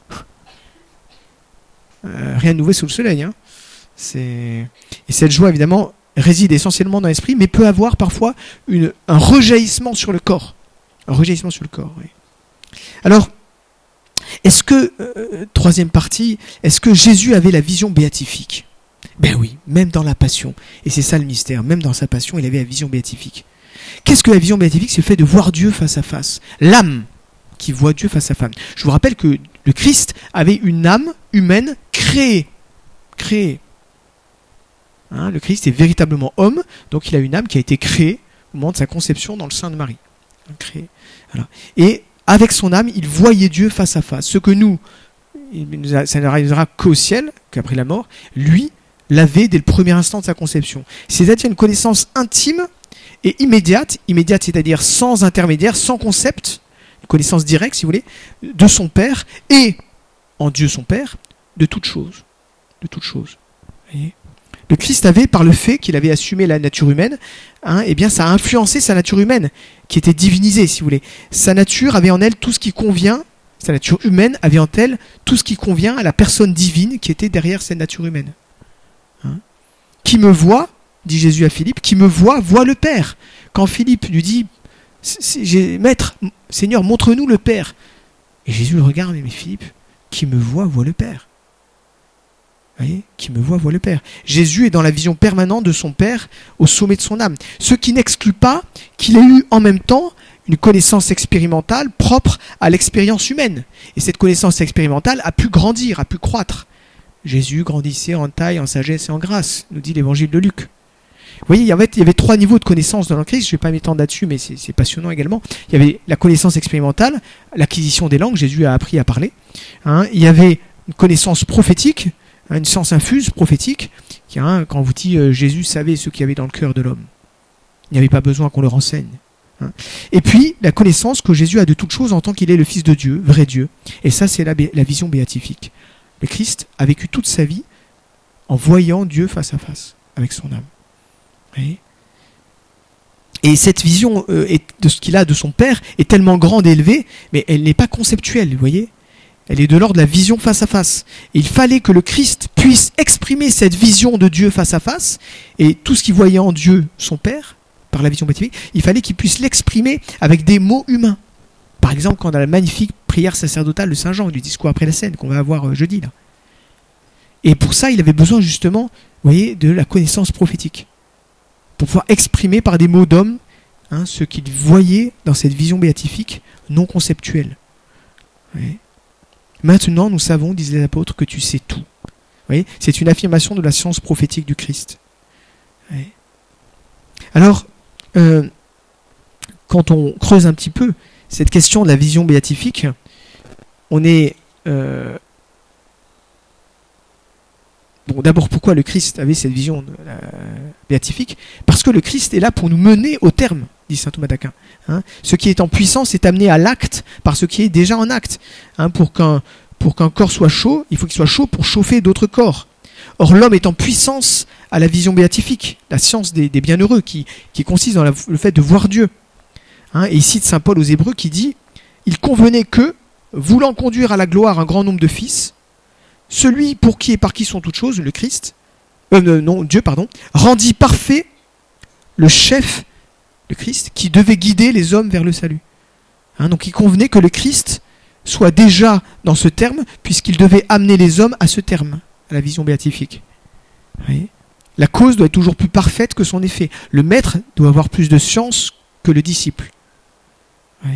euh, rien de nouveau sous le soleil. Hein. C'est... Et cette joie, évidemment, réside essentiellement dans l'esprit, mais peut avoir parfois une, un rejaillissement sur le corps. Un rejaillissement sur le corps, oui. Alors, est-ce que, euh, troisième partie, est-ce que Jésus avait la vision béatifique ? Ben oui, même dans la passion. Et c'est ça le mystère, même dans sa passion, il avait la vision béatifique. Qu'est-ce que la vision béatifique ? C'est le fait de voir Dieu face à face. L'âme qui voit Dieu face à face. Je vous rappelle que le Christ avait une âme humaine créée. Créée. Hein, le Christ est véritablement homme, donc il a une âme qui a été créée au moment de sa conception dans le sein de Marie. Créée. Voilà. Et avec son âme, il voyait Dieu face à face. Ce que nous, ça n'arrivera qu'au ciel, qu'après la mort, lui l'avait dès le premier instant de sa conception. C'est-à-dire une connaissance intime et immédiate, immédiate c'est-à-dire sans intermédiaire, sans concept, une connaissance directe, si vous voulez, de son Père et, en Dieu son Père, de toute chose. De toute chose. Vous voyez ? Le Christ avait, par le fait qu'il avait assumé la nature humaine, hein, eh bien, ça a influencé sa nature humaine, qui était divinisée, si vous voulez. Sa nature avait en elle tout ce qui convient, sa nature humaine avait en elle tout ce qui convient à la personne divine qui était derrière cette nature humaine. Hein. Qui me voit, dit Jésus à Philippe, qui me voit, voit le Père. Quand Philippe lui dit, Maître, Seigneur, montre-nous le Père. Et Jésus le regarde, mais Philippe, qui me voit, voit le Père. Vous voyez, qui me voit, voit le Père. Jésus est dans la vision permanente de son Père au sommet de son âme. Ce qui n'exclut pas qu'il ait eu en même temps une connaissance expérimentale propre à l'expérience humaine. Et cette connaissance expérimentale a pu grandir, a pu croître. Jésus grandissait en taille, en sagesse et en grâce, nous dit l'évangile de Luc. Vous voyez, il y avait, il y avait trois niveaux de connaissance dans le Christ, je ne vais pas m'étendre là-dessus, mais c'est, c'est passionnant également. Il y avait la connaissance expérimentale, l'acquisition des langues, Jésus a appris à parler. Hein. Il y avait une connaissance prophétique, une science infuse, prophétique, qui, hein, quand vous dit euh, Jésus savait ce qu'il y avait dans le cœur de l'homme. Il n'y avait pas besoin qu'on le renseigne. Hein. Et puis, la connaissance que Jésus a de toutes choses en tant qu'il est le Fils de Dieu, vrai Dieu. Et ça, c'est la, la vision béatifique. Le Christ a vécu toute sa vie en voyant Dieu face à face, avec son âme. Oui. Et cette vision euh, est, de ce qu'il a de son Père est tellement grande et élevée, mais elle n'est pas conceptuelle, vous voyez ? Elle est de l'ordre de la vision face à face. Et il fallait que le Christ puisse exprimer cette vision de Dieu face à face, et tout ce qu'il voyait en Dieu, son Père, par la vision béatifique, il fallait qu'il puisse l'exprimer avec des mots humains. Par exemple, quand on a la magnifique prière sacerdotale de Saint Jean, du discours après la scène, qu'on va avoir euh, jeudi, là. Et pour ça, il avait besoin justement, vous voyez, de la connaissance prophétique. Pour pouvoir exprimer par des mots d'homme hein, ce qu'il voyait dans cette vision béatifique non conceptuelle. Oui. Maintenant, nous savons, disent les apôtres, que tu sais tout. Vous voyez, c'est une affirmation de la science prophétique du Christ. Oui. Alors, euh, quand on creuse un petit peu cette question de la vision béatifique, on est... Euh, bon, d'abord, pourquoi le Christ avait cette vision euh, béatifique ? Parce que le Christ est là pour nous mener au terme, dit saint Thomas d'Aquin. Hein, ce qui est en puissance est amené à l'acte par ce qui est déjà en acte. Hein, pour qu'un, pour qu'un corps soit chaud, il faut qu'il soit chaud pour chauffer d'autres corps. Or, l'homme est en puissance à la vision béatifique, la science des, des bienheureux, qui, qui consiste dans la, le fait de voir Dieu. Hein, et il cite saint Paul aux Hébreux qui dit « Il convenait que, voulant conduire à la gloire un grand nombre de fils, celui pour qui et par qui sont toutes choses, le Christ, euh, non, Dieu, pardon, rendit parfait le chef, le Christ, qui devait guider les hommes vers le salut. Hein, donc il convenait que le Christ soit déjà dans ce terme, puisqu'il devait amener les hommes à ce terme, à la vision béatifique. Vous voyez ? La cause doit être toujours plus parfaite que son effet. Le maître doit avoir plus de science que le disciple. Vous voyez ?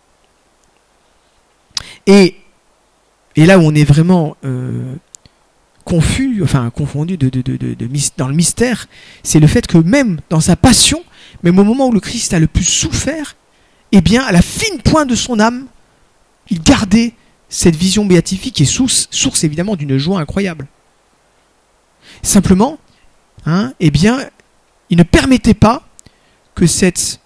Et, et là où on est vraiment euh, confus, enfin confondu de, de, de, de, de, dans le mystère, c'est le fait que même dans sa passion, même au moment où le Christ a le plus souffert, eh bien, à la fine pointe de son âme, il gardait cette vision béatifique qui est source, source évidemment d'une joie incroyable. Simplement, hein, eh bien, il ne permettait pas que cette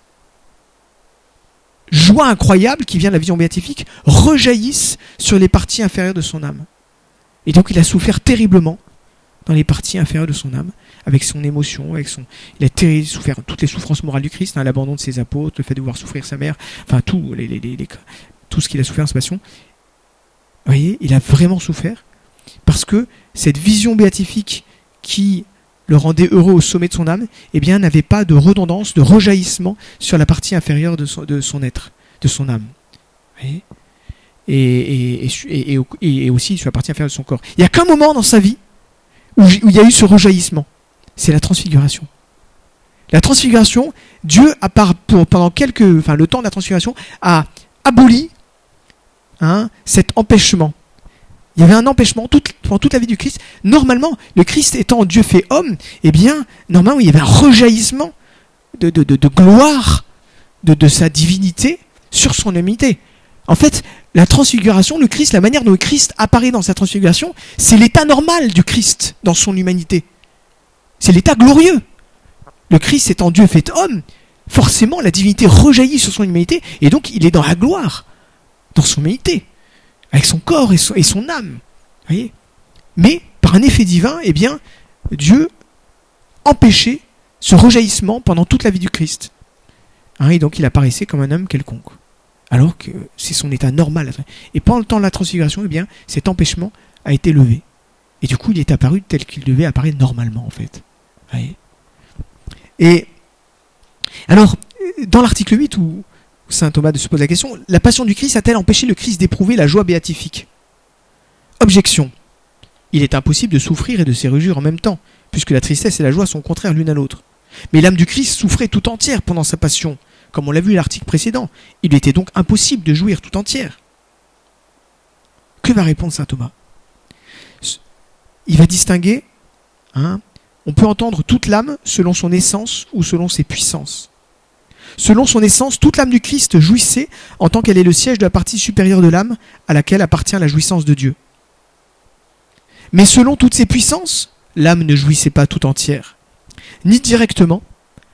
joie incroyable qui vient de la vision béatifique rejaillisse sur les parties inférieures de son âme. Et donc il a souffert terriblement dans les parties inférieures de son âme, avec son émotion, avec son, il a terriblement souffert toutes les souffrances morales du Christ, hein, l'abandon de ses apôtres, le fait de voir souffrir sa mère, enfin tout, les, les, les, les, tout ce qu'il a souffert en sa passion. Vous voyez, il a vraiment souffert parce que cette vision béatifique qui le rendait heureux au sommet de son âme, eh bien, n'avait pas de redondance, de rejaillissement sur la partie inférieure de son, de son être, de son âme. Vous voyez ? Et, et, et, et, et aussi sur la partie inférieure de son corps. Il n'y a qu'un moment dans sa vie où, où il y a eu ce rejaillissement. C'est la transfiguration. La transfiguration, Dieu, à part pour, pendant quelques, enfin, le temps de la transfiguration, a aboli hein, cet empêchement. Il y avait un empêchement toute, pendant toute la vie du Christ. Normalement, le Christ étant Dieu fait homme, eh bien, normalement, il y avait un rejaillissement de, de, de, de gloire de, de sa divinité sur son humanité. En fait, la transfiguration, le Christ, la manière dont le Christ apparaît dans sa transfiguration, c'est l'état normal du Christ dans son humanité. C'est l'état glorieux. Le Christ étant Dieu fait homme, forcément, la divinité rejaillit sur son humanité, et donc il est dans la gloire, dans son humanité. Avec son corps et son, et son âme. Voyez ? Mais, par un effet divin, eh bien, Dieu empêchait ce rejaillissement pendant toute la vie du Christ. Hein, et donc il apparaissait comme un homme quelconque. Alors que c'est son état normal. Et pendant le temps de la transfiguration, eh bien, cet empêchement a été levé. Et du coup, il est apparu tel qu'il devait apparaître normalement, en fait. Voyez ? Et, alors, dans l'article huit, où Saint Thomas se pose la question, la passion du Christ a-t-elle empêché le Christ d'éprouver la joie béatifique ? Objection. Il est impossible de souffrir et de se réjouir en même temps, puisque la tristesse et la joie sont contraires l'une à l'autre. Mais l'âme du Christ souffrait tout entière pendant sa passion, comme on l'a vu à l'article précédent. Il lui était donc impossible de jouir tout entière. Que va répondre Saint Thomas ? Il va distinguer, hein, on peut entendre toute l'âme selon son essence ou selon ses puissances. Selon son essence, toute l'âme du Christ jouissait en tant qu'elle est le siège de la partie supérieure de l'âme à laquelle appartient la jouissance de Dieu. Mais selon toutes ses puissances, l'âme ne jouissait pas tout entière, ni directement,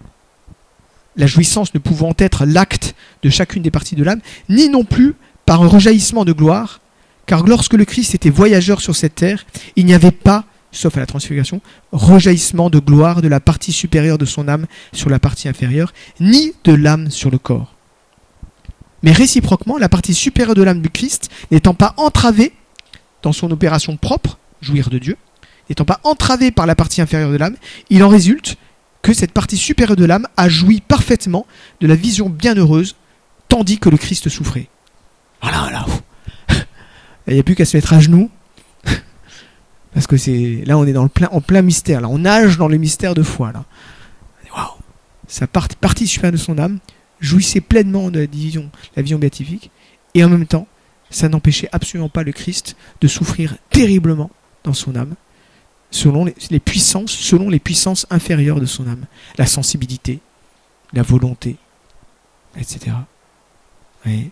la jouissance ne pouvant être l'acte de chacune des parties de l'âme, ni non plus par un rejaillissement de gloire, car lorsque le Christ était voyageur sur cette terre, il n'y avait pas, sauf à la transfiguration, rejaillissement de gloire de la partie supérieure de son âme sur la partie inférieure, ni de l'âme sur le corps. Mais réciproquement, la partie supérieure de l'âme du Christ n'étant pas entravée dans son opération propre, jouir de Dieu, n'étant pas entravée par la partie inférieure de l'âme, il en résulte que cette partie supérieure de l'âme a joui parfaitement de la vision bienheureuse, tandis que le Christ souffrait. Voilà, là, il n'y a plus qu'à se mettre à genoux, parce que c'est là on est dans le plein, en plein mystère, là on nage dans le mystère de foi. Là, waouh, sa part, partie supérieure de son âme jouissait pleinement de la vision, la vision béatifique, et en même temps, ça n'empêchait absolument pas le Christ de souffrir terriblement dans son âme, selon les, les puissances, selon les puissances inférieures de son âme, la sensibilité, la volonté, et cetera. Oui.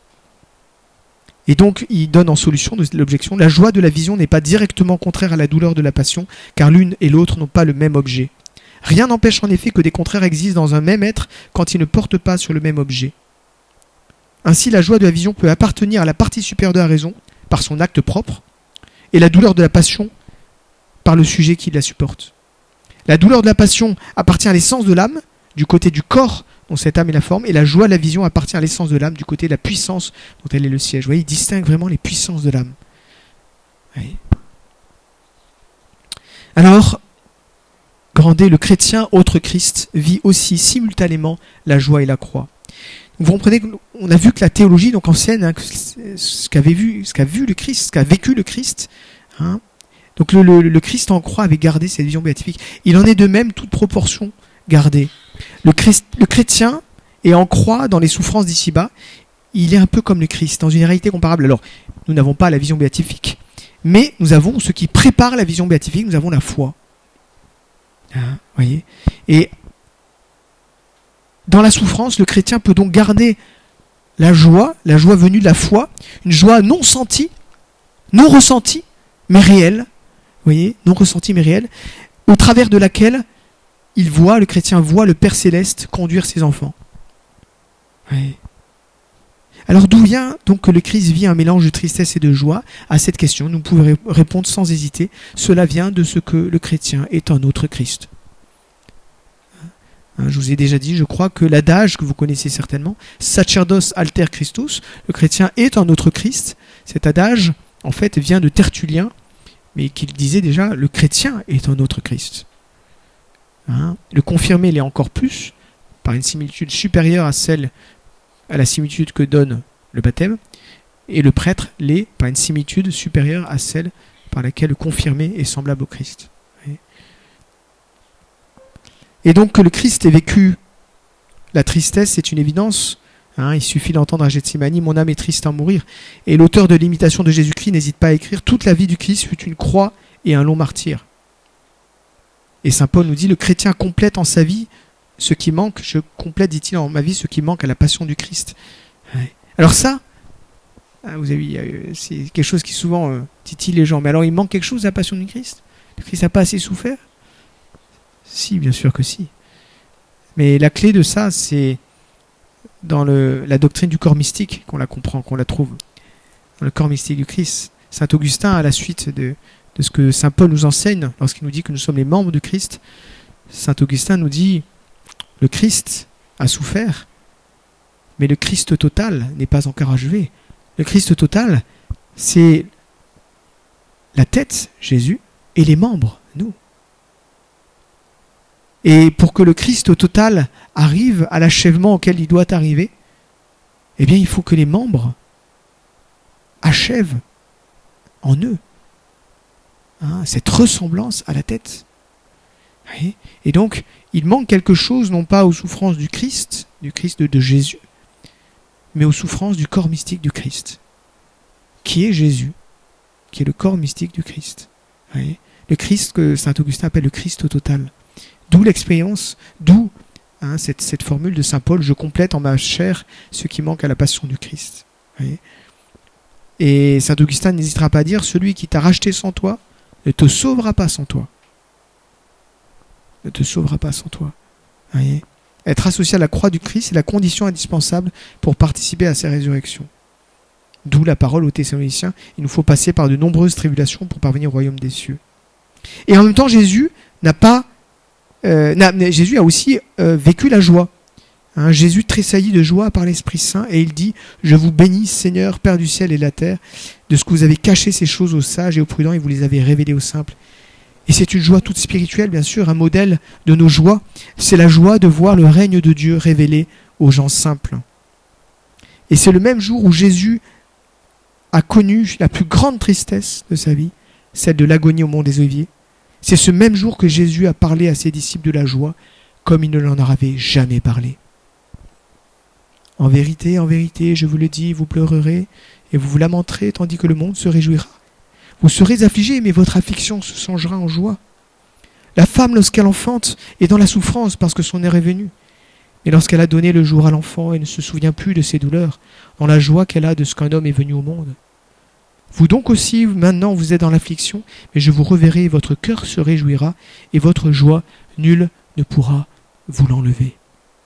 Et donc, il donne en solution de l'objection, la joie de la vision n'est pas directement contraire à la douleur de la passion, car l'une et l'autre n'ont pas le même objet. Rien n'empêche en effet que des contraires existent dans un même être quand ils ne portent pas sur le même objet. Ainsi, la joie de la vision peut appartenir à la partie supérieure de la raison, par son acte propre, et la douleur de la passion, par le sujet qui la supporte. La douleur de la passion appartient à l'essence de l'âme, du côté du corps dont cette âme est la forme, et la joie de la vision appartient à l'essence de l'âme, du côté de la puissance dont elle est le siège. Vous voyez, il distingue vraiment les puissances de l'âme. Oui. Alors, Grandet, le chrétien, autre Christ, vit aussi simultanément la joie et la croix. Vous comprenez qu'on a vu que la théologie donc ancienne, hein, ce qu'avait vu, ce qu'a vu le Christ, ce qu'a vécu le Christ, hein, donc le, le, le Christ en croix avait gardé cette vision béatifique. Il en est de même toute proportion gardée. Le, Christ, le chrétien est en croix dans les souffrances d'ici-bas. Il est un peu comme le Christ, dans une réalité comparable. Alors, nous n'avons pas la vision béatifique, mais nous avons ce qui prépare la vision béatifique, nous avons la foi. Hein, voyez ? Et dans la souffrance, le chrétien peut donc garder la joie, la joie venue de la foi, une joie non sentie, non ressentie, mais réelle. Vous voyez, non ressentie mais réelle, au travers de laquelle il voit, le chrétien voit le Père Céleste conduire ses enfants. Oui. Alors d'où vient donc que le Christ vit un mélange de tristesse et de joie? À cette question, nous pouvons répondre sans hésiter. Cela vient de ce que le chrétien est un autre Christ. Je vous ai déjà dit, je crois que l'adage que vous connaissez certainement, Sacerdos alter Christus, le chrétien est un autre Christ. Cet adage, en fait, vient de Tertullien, mais qu'il disait déjà, le chrétien est un autre Christ. Hein? Le confirmé l'est encore plus, par une similitude supérieure à celle, à la similitude que donne le baptême, et le prêtre l'est par une similitude supérieure à celle par laquelle le confirmé est semblable au Christ. Et donc que le Christ ait vécu la tristesse, c'est une évidence. Hein, il suffit d'entendre à Gethsémani, mon âme est triste à mourir. Et l'auteur de l'imitation de Jésus-Christ n'hésite pas à écrire, toute la vie du Christ fut une croix et un long martyre. Et saint Paul nous dit, le chrétien complète en sa vie ce qui manque, je complète, dit-il, en ma vie ce qui manque à la passion du Christ. Ouais. Alors ça, vous avez, c'est quelque chose qui souvent euh, titille les gens. Mais alors il manque quelque chose à la passion du Christ? Le Christ n'a pas assez souffert? Si, bien sûr que si. Mais la clé de ça, c'est dans le, la doctrine du corps mystique qu'on la comprend, qu'on la trouve. Dans le corps mystique du Christ. Saint Augustin, à la suite de, de ce que saint Paul nous enseigne, lorsqu'il nous dit que nous sommes les membres du Christ, saint Augustin nous dit, le Christ a souffert, mais le Christ total n'est pas encore achevé. Le Christ total, c'est la tête, Jésus, et les membres, nous. Et pour que le Christ total arrive à l'achèvement auquel il doit arriver, eh bien, il faut que les membres achèvent en eux hein, cette ressemblance à la tête. Et donc, il manque quelque chose, non pas aux souffrances du Christ, du Christ de, de Jésus, mais aux souffrances du corps mystique du Christ, qui est Jésus, qui est le corps mystique du Christ. Le Christ que saint Augustin appelle le Christ total. D'où l'expérience, d'où hein, cette, cette formule de saint Paul, je complète en ma chair ce qui manque à la passion du Christ. Voyez. Et saint Augustin n'hésitera pas à dire, celui qui t'a racheté sans toi ne te sauvera pas sans toi. Ne te sauvera pas sans toi. Voyez. Être associé à la croix du Christ est la condition indispensable pour participer à sa résurrection. D'où la parole aux Thessaloniciens, il nous faut passer par de nombreuses tribulations pour parvenir au royaume des cieux. Et en même temps, Jésus n'a pas Euh, Jésus a aussi euh, vécu la joie. Hein, Jésus tressaillit de joie par l'Esprit Saint et il dit « Je vous bénis, Seigneur, Père du ciel et de la terre, de ce que vous avez caché ces choses aux sages et aux prudents et vous les avez révélées aux simples. » Et c'est une joie toute spirituelle, bien sûr, un modèle de nos joies. C'est la joie de voir le règne de Dieu révélé aux gens simples. Et c'est le même jour où Jésus a connu la plus grande tristesse de sa vie, celle de l'agonie au mont des Oliviers. C'est ce même jour que Jésus a parlé à ses disciples de la joie, comme il ne leur en avait jamais parlé. En vérité, en vérité, je vous le dis, vous pleurerez et vous vous lamenterez, tandis que le monde se réjouira. Vous serez affligés, mais votre affliction se changera en joie. La femme, lorsqu'elle enfante, est dans la souffrance parce que son heure est venue. Mais lorsqu'elle a donné le jour à l'enfant, elle ne se souvient plus de ses douleurs, dans la joie qu'elle a de ce qu'un homme est venu au monde. Vous donc aussi, maintenant, vous êtes dans l'affliction, mais je vous reverrai, et votre cœur se réjouira, et votre joie, nul ne pourra vous l'enlever.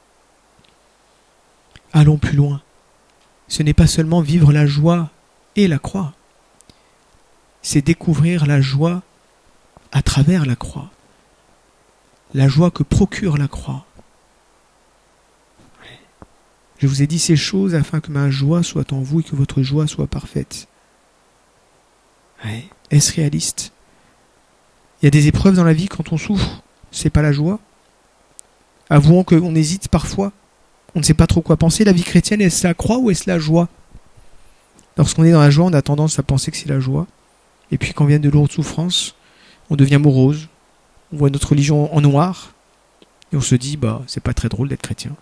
Allons plus loin. Ce n'est pas seulement vivre la joie et la croix, c'est découvrir la joie à travers la croix, la joie que procure la croix. Je vous ai dit ces choses afin que ma joie soit en vous et que votre joie soit parfaite. Ouais. Est-ce réaliste? Il y a des épreuves dans la vie quand on souffre, c'est pas la joie. Avouons qu'on hésite parfois. On ne sait pas trop quoi penser. La vie chrétienne, est-ce la croix ou est-ce la joie? Lorsqu'on est dans la joie, on a tendance à penser que c'est la joie. Et puis quand viennent de lourdes souffrances, on devient morose. On voit notre religion en noir. Et on se dit, bah, c'est pas très drôle d'être chrétien.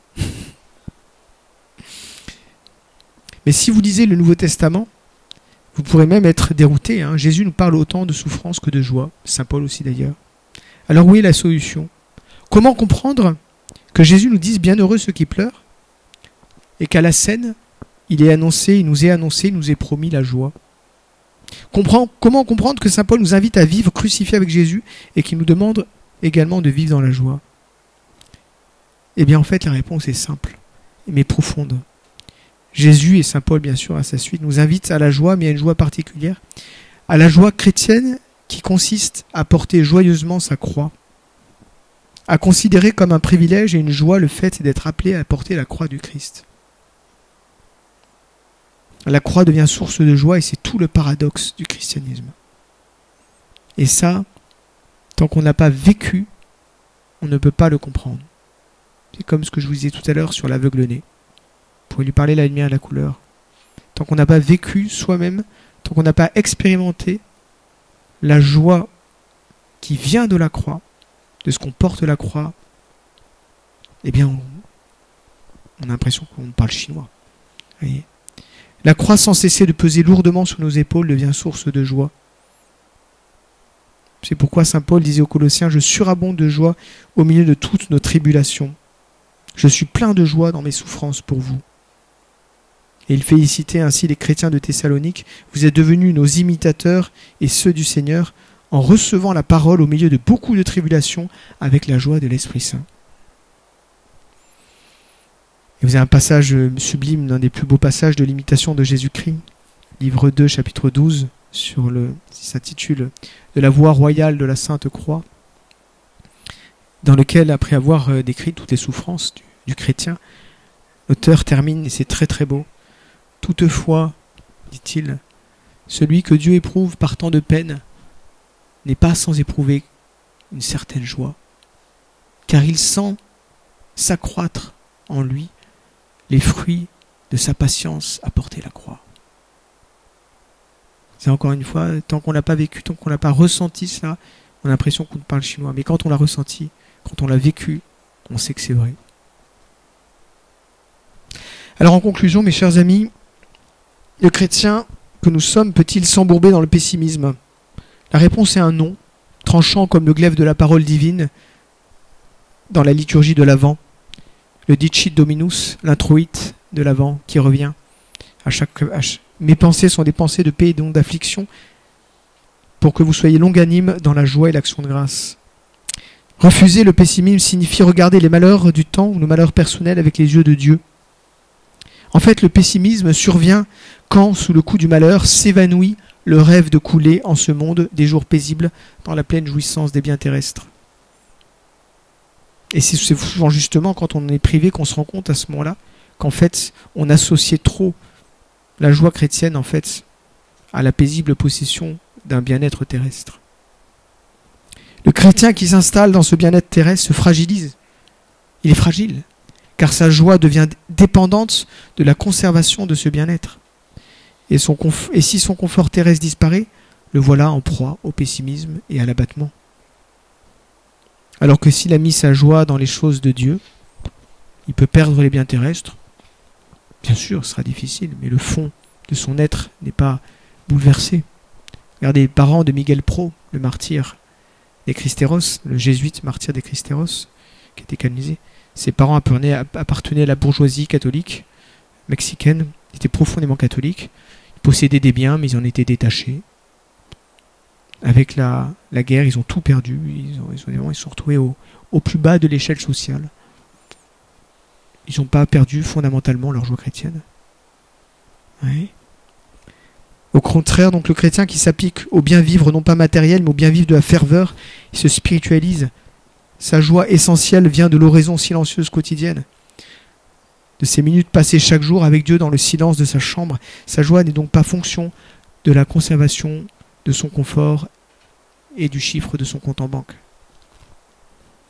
Mais si vous lisez le Nouveau Testament, vous pourrez même être dérouté. Hein. Jésus nous parle autant de souffrance que de joie. Saint Paul aussi d'ailleurs. Alors où est la solution? Comment comprendre que Jésus nous dise bienheureux ceux qui pleurent et qu'à la scène, il est annoncé, il nous est annoncé, il nous est promis la joie? Comprends, Comment comprendre que Saint Paul nous invite à vivre crucifiés avec Jésus et qu'il nous demande également de vivre dans la joie? Eh bien en fait la réponse est simple, mais profonde. Jésus et Saint Paul bien sûr à sa suite nous invitent à la joie, mais à une joie particulière, à la joie chrétienne qui consiste à porter joyeusement sa croix, à considérer comme un privilège et une joie le fait d'être appelé à porter la croix du Christ. La croix devient source de joie et c'est tout le paradoxe du christianisme. Et ça, tant qu'on n'a pas vécu, on ne peut pas le comprendre. C'est comme ce que je vous disais tout à l'heure sur l'aveugle-né. Vous pouvez lui parler la lumière et la couleur. Tant qu'on n'a pas vécu soi-même, tant qu'on n'a pas expérimenté la joie qui vient de la croix, de ce qu'on porte la croix, eh bien, on, on a l'impression qu'on parle chinois. Vous voyez ? La croix, sans cesser de peser lourdement sur nos épaules, devient source de joie. C'est pourquoi saint Paul disait aux Colossiens, « Je surabonde de joie au milieu de toutes nos tribulations. Je suis plein de joie dans mes souffrances pour vous. » Et il félicitait ainsi les chrétiens de Thessalonique. « Vous êtes devenus nos imitateurs et ceux du Seigneur, en recevant la parole au milieu de beaucoup de tribulations avec la joie de l'Esprit Saint. » Et vous avez un passage sublime, l'un des plus beaux passages de l'imitation de Jésus-Christ, livre deux, chapitre douze, sur le, qui s'intitule « De la voie royale de la Sainte Croix », dans lequel, après avoir euh, décrit toutes les souffrances du, du chrétien, l'auteur termine, et c'est très très beau. « Toutefois, dit-il, celui que Dieu éprouve par tant de peine n'est pas sans éprouver une certaine joie, car il sent s'accroître en lui les fruits de sa patience à porter la croix. » C'est encore une fois, tant qu'on n'a pas vécu, tant qu'on n'a pas ressenti ça, on a l'impression qu'on parle chinois. Mais quand on l'a ressenti, quand on l'a vécu, on sait que c'est vrai. Alors en conclusion, mes chers amis, le chrétien que nous sommes peut-il s'embourber dans le pessimisme? La réponse est un non, tranchant comme le glaive de la parole divine dans la liturgie de l'Avent. Le Dicit Dominus, l'introïte de l'Avent qui revient. À chaque, à chaque, mes pensées sont des pensées de paix et non d'affliction, pour que vous soyez longanime dans la joie et l'action de grâce. Refuser le pessimisme signifie regarder les malheurs du temps ou nos malheurs personnels avec les yeux de Dieu. En fait, le pessimisme survient quand, sous le coup du malheur, s'évanouit le rêve de couler en ce monde des jours paisibles dans la pleine jouissance des biens terrestres. Et c'est souvent justement quand on en est privé qu'on se rend compte à ce moment-là qu'en fait, on associait trop la joie chrétienne en fait à la paisible possession d'un bien-être terrestre. Le chrétien qui s'installe dans ce bien-être terrestre se fragilise. Il est fragile, car sa joie devient dépendante de la conservation de ce bien-être. Et, son conf- et si son confort terrestre disparaît, le voilà en proie au pessimisme et à l'abattement. Alors que s'il a mis sa joie dans les choses de Dieu, il peut perdre les biens terrestres. Bien sûr, ce sera difficile, mais le fond de son être n'est pas bouleversé. Regardez les parents de Miguel Pro, le martyr des Cristeros, le jésuite martyr des Cristeros, qui a été canonisé. Ses parents appartenaient à la bourgeoisie catholique mexicaine, ils étaient profondément catholiques, ils possédaient des biens, mais ils en étaient détachés. Avec la, la guerre, ils ont tout perdu, ils, ont, ils, ont, ils sont retrouvés au, au plus bas de l'échelle sociale. Ils n'ont pas perdu fondamentalement leur joie chrétienne. Oui. Au contraire, donc le chrétien qui s'applique au bien vivre, non pas matériel, mais au bien vivre de la ferveur, il se spiritualise. Sa joie essentielle vient de l'oraison silencieuse quotidienne, de ces minutes passées chaque jour avec Dieu dans le silence de sa chambre. Sa joie n'est donc pas fonction de la conservation de son confort et du chiffre de son compte en banque.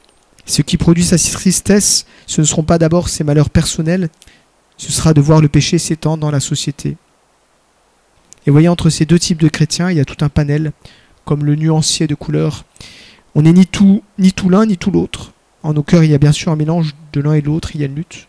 Ce qui produit sa tristesse, ce ne seront pas d'abord ses malheurs personnels, ce sera de voir le péché s'étendre dans la société. Et voyez, entre ces deux types de chrétiens, il y a tout un panel, comme le nuancier de couleurs. On n'est ni tout, ni tout l'un, ni tout l'autre. En nos cœurs, il y a bien sûr un mélange de l'un et de l'autre, il y a une lutte.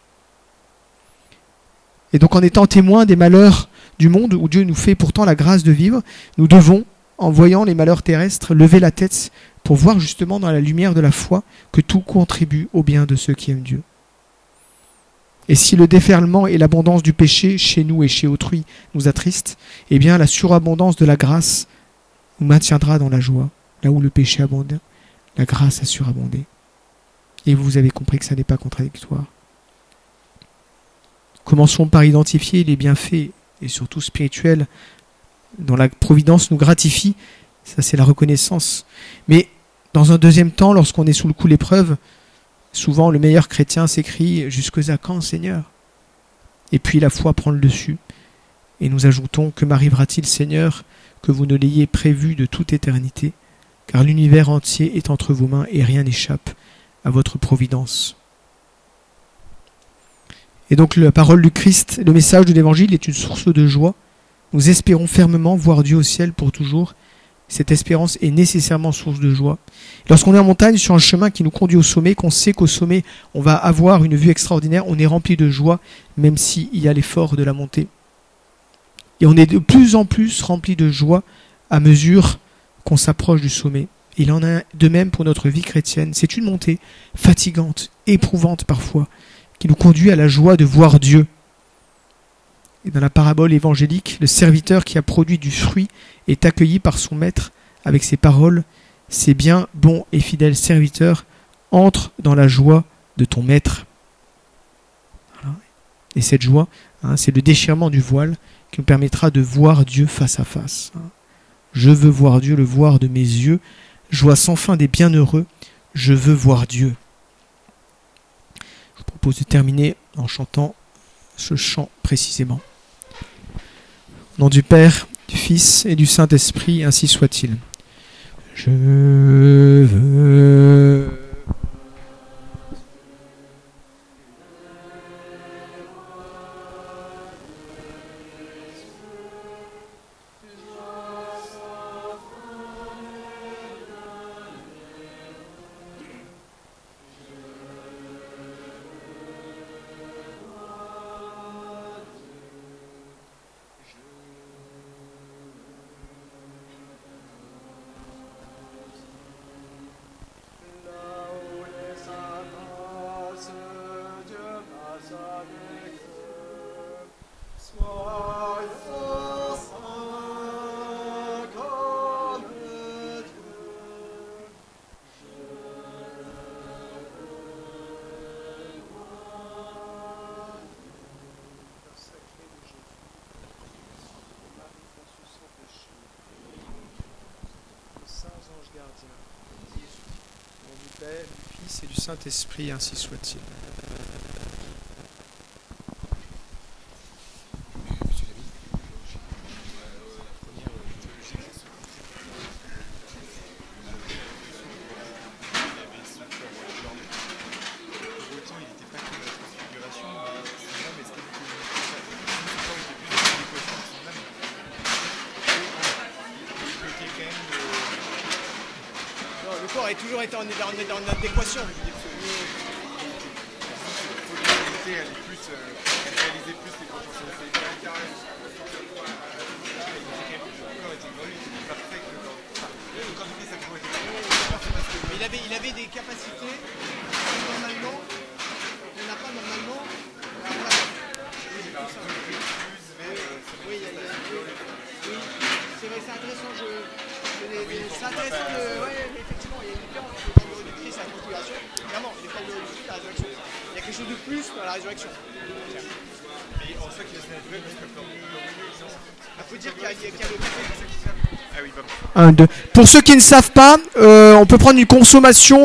Et donc en étant témoins des malheurs du monde, où Dieu nous fait pourtant la grâce de vivre, nous devons, en voyant les malheurs terrestres, lever la tête pour voir justement dans la lumière de la foi que tout contribue au bien de ceux qui aiment Dieu. Et si le déferlement et l'abondance du péché chez nous et chez autrui nous attristent, eh bien la surabondance de la grâce nous maintiendra dans la joie. Là où le péché abonde, la grâce a surabondé. Et vous avez compris que ça n'est pas contradictoire. Commençons par identifier les bienfaits, et surtout spirituels, dont la providence nous gratifie. Ça, c'est la reconnaissance. Mais dans un deuxième temps, lorsqu'on est sous le coup de l'épreuve, souvent le meilleur chrétien s'écrie « Jusque à quand, Seigneur ?» Et puis la foi prend le dessus. Et nous ajoutons « Que m'arrivera-t-il, Seigneur, que vous ne l'ayez prévu de toute éternité, car l'univers entier est entre vos mains et rien n'échappe à votre providence. » Et donc la parole du Christ, le message de l'Évangile est une source de joie. Nous espérons fermement voir Dieu au ciel pour toujours. Cette espérance est nécessairement source de joie. Lorsqu'on est en montagne sur un chemin qui nous conduit au sommet, qu'on sait qu'au sommet on va avoir une vue extraordinaire, on est rempli de joie, même s'il y a l'effort de la montée. Et on est de plus en plus rempli de joie à mesure qu'on s'approche du sommet. Il en a de même pour notre vie chrétienne. C'est une montée fatigante, éprouvante parfois, qui nous conduit à la joie de voir Dieu. Et dans la parabole évangélique, le serviteur qui a produit du fruit est accueilli par son maître avec ces paroles « C'est bien, bon et fidèle serviteur, entre dans la joie de ton maître. » Voilà. Et cette joie, hein, c'est le déchirement du voile qui nous permettra de voir Dieu face à face. Je veux voir Dieu, le voir de mes yeux, joie sans fin des bienheureux, je veux voir Dieu. Je vous propose de terminer en chantant ce chant précisément. Au nom du Père, du Fils et du Saint-Esprit, ainsi soit-il. Je veux... Et du Saint-Esprit, ainsi soit-il. Le corps a toujours été en, en, en adéquation. Il faut réaliser plus, euh, réaliser plus les potentialités. Mais il avait, il avait des capacités normalement, il n'a pas normalement. Oui, c'est vrai, c'est intéressant. Je, c'est intéressant de. Ouais, effectivement, il y a une différence entre le corps du Christ et la transfiguration. Clairement, il y a le corps du Christ et la résurrection. Il y a quelque chose de plus dans la résurrection. Mais en ça qu'il est naturel, parce que le corps du Christ. Il faut dire qu'il y a, qu'il y a le. Ah oui, pardon. Un, deux. Pour ceux qui ne savent pas, euh, on peut prendre une consommation.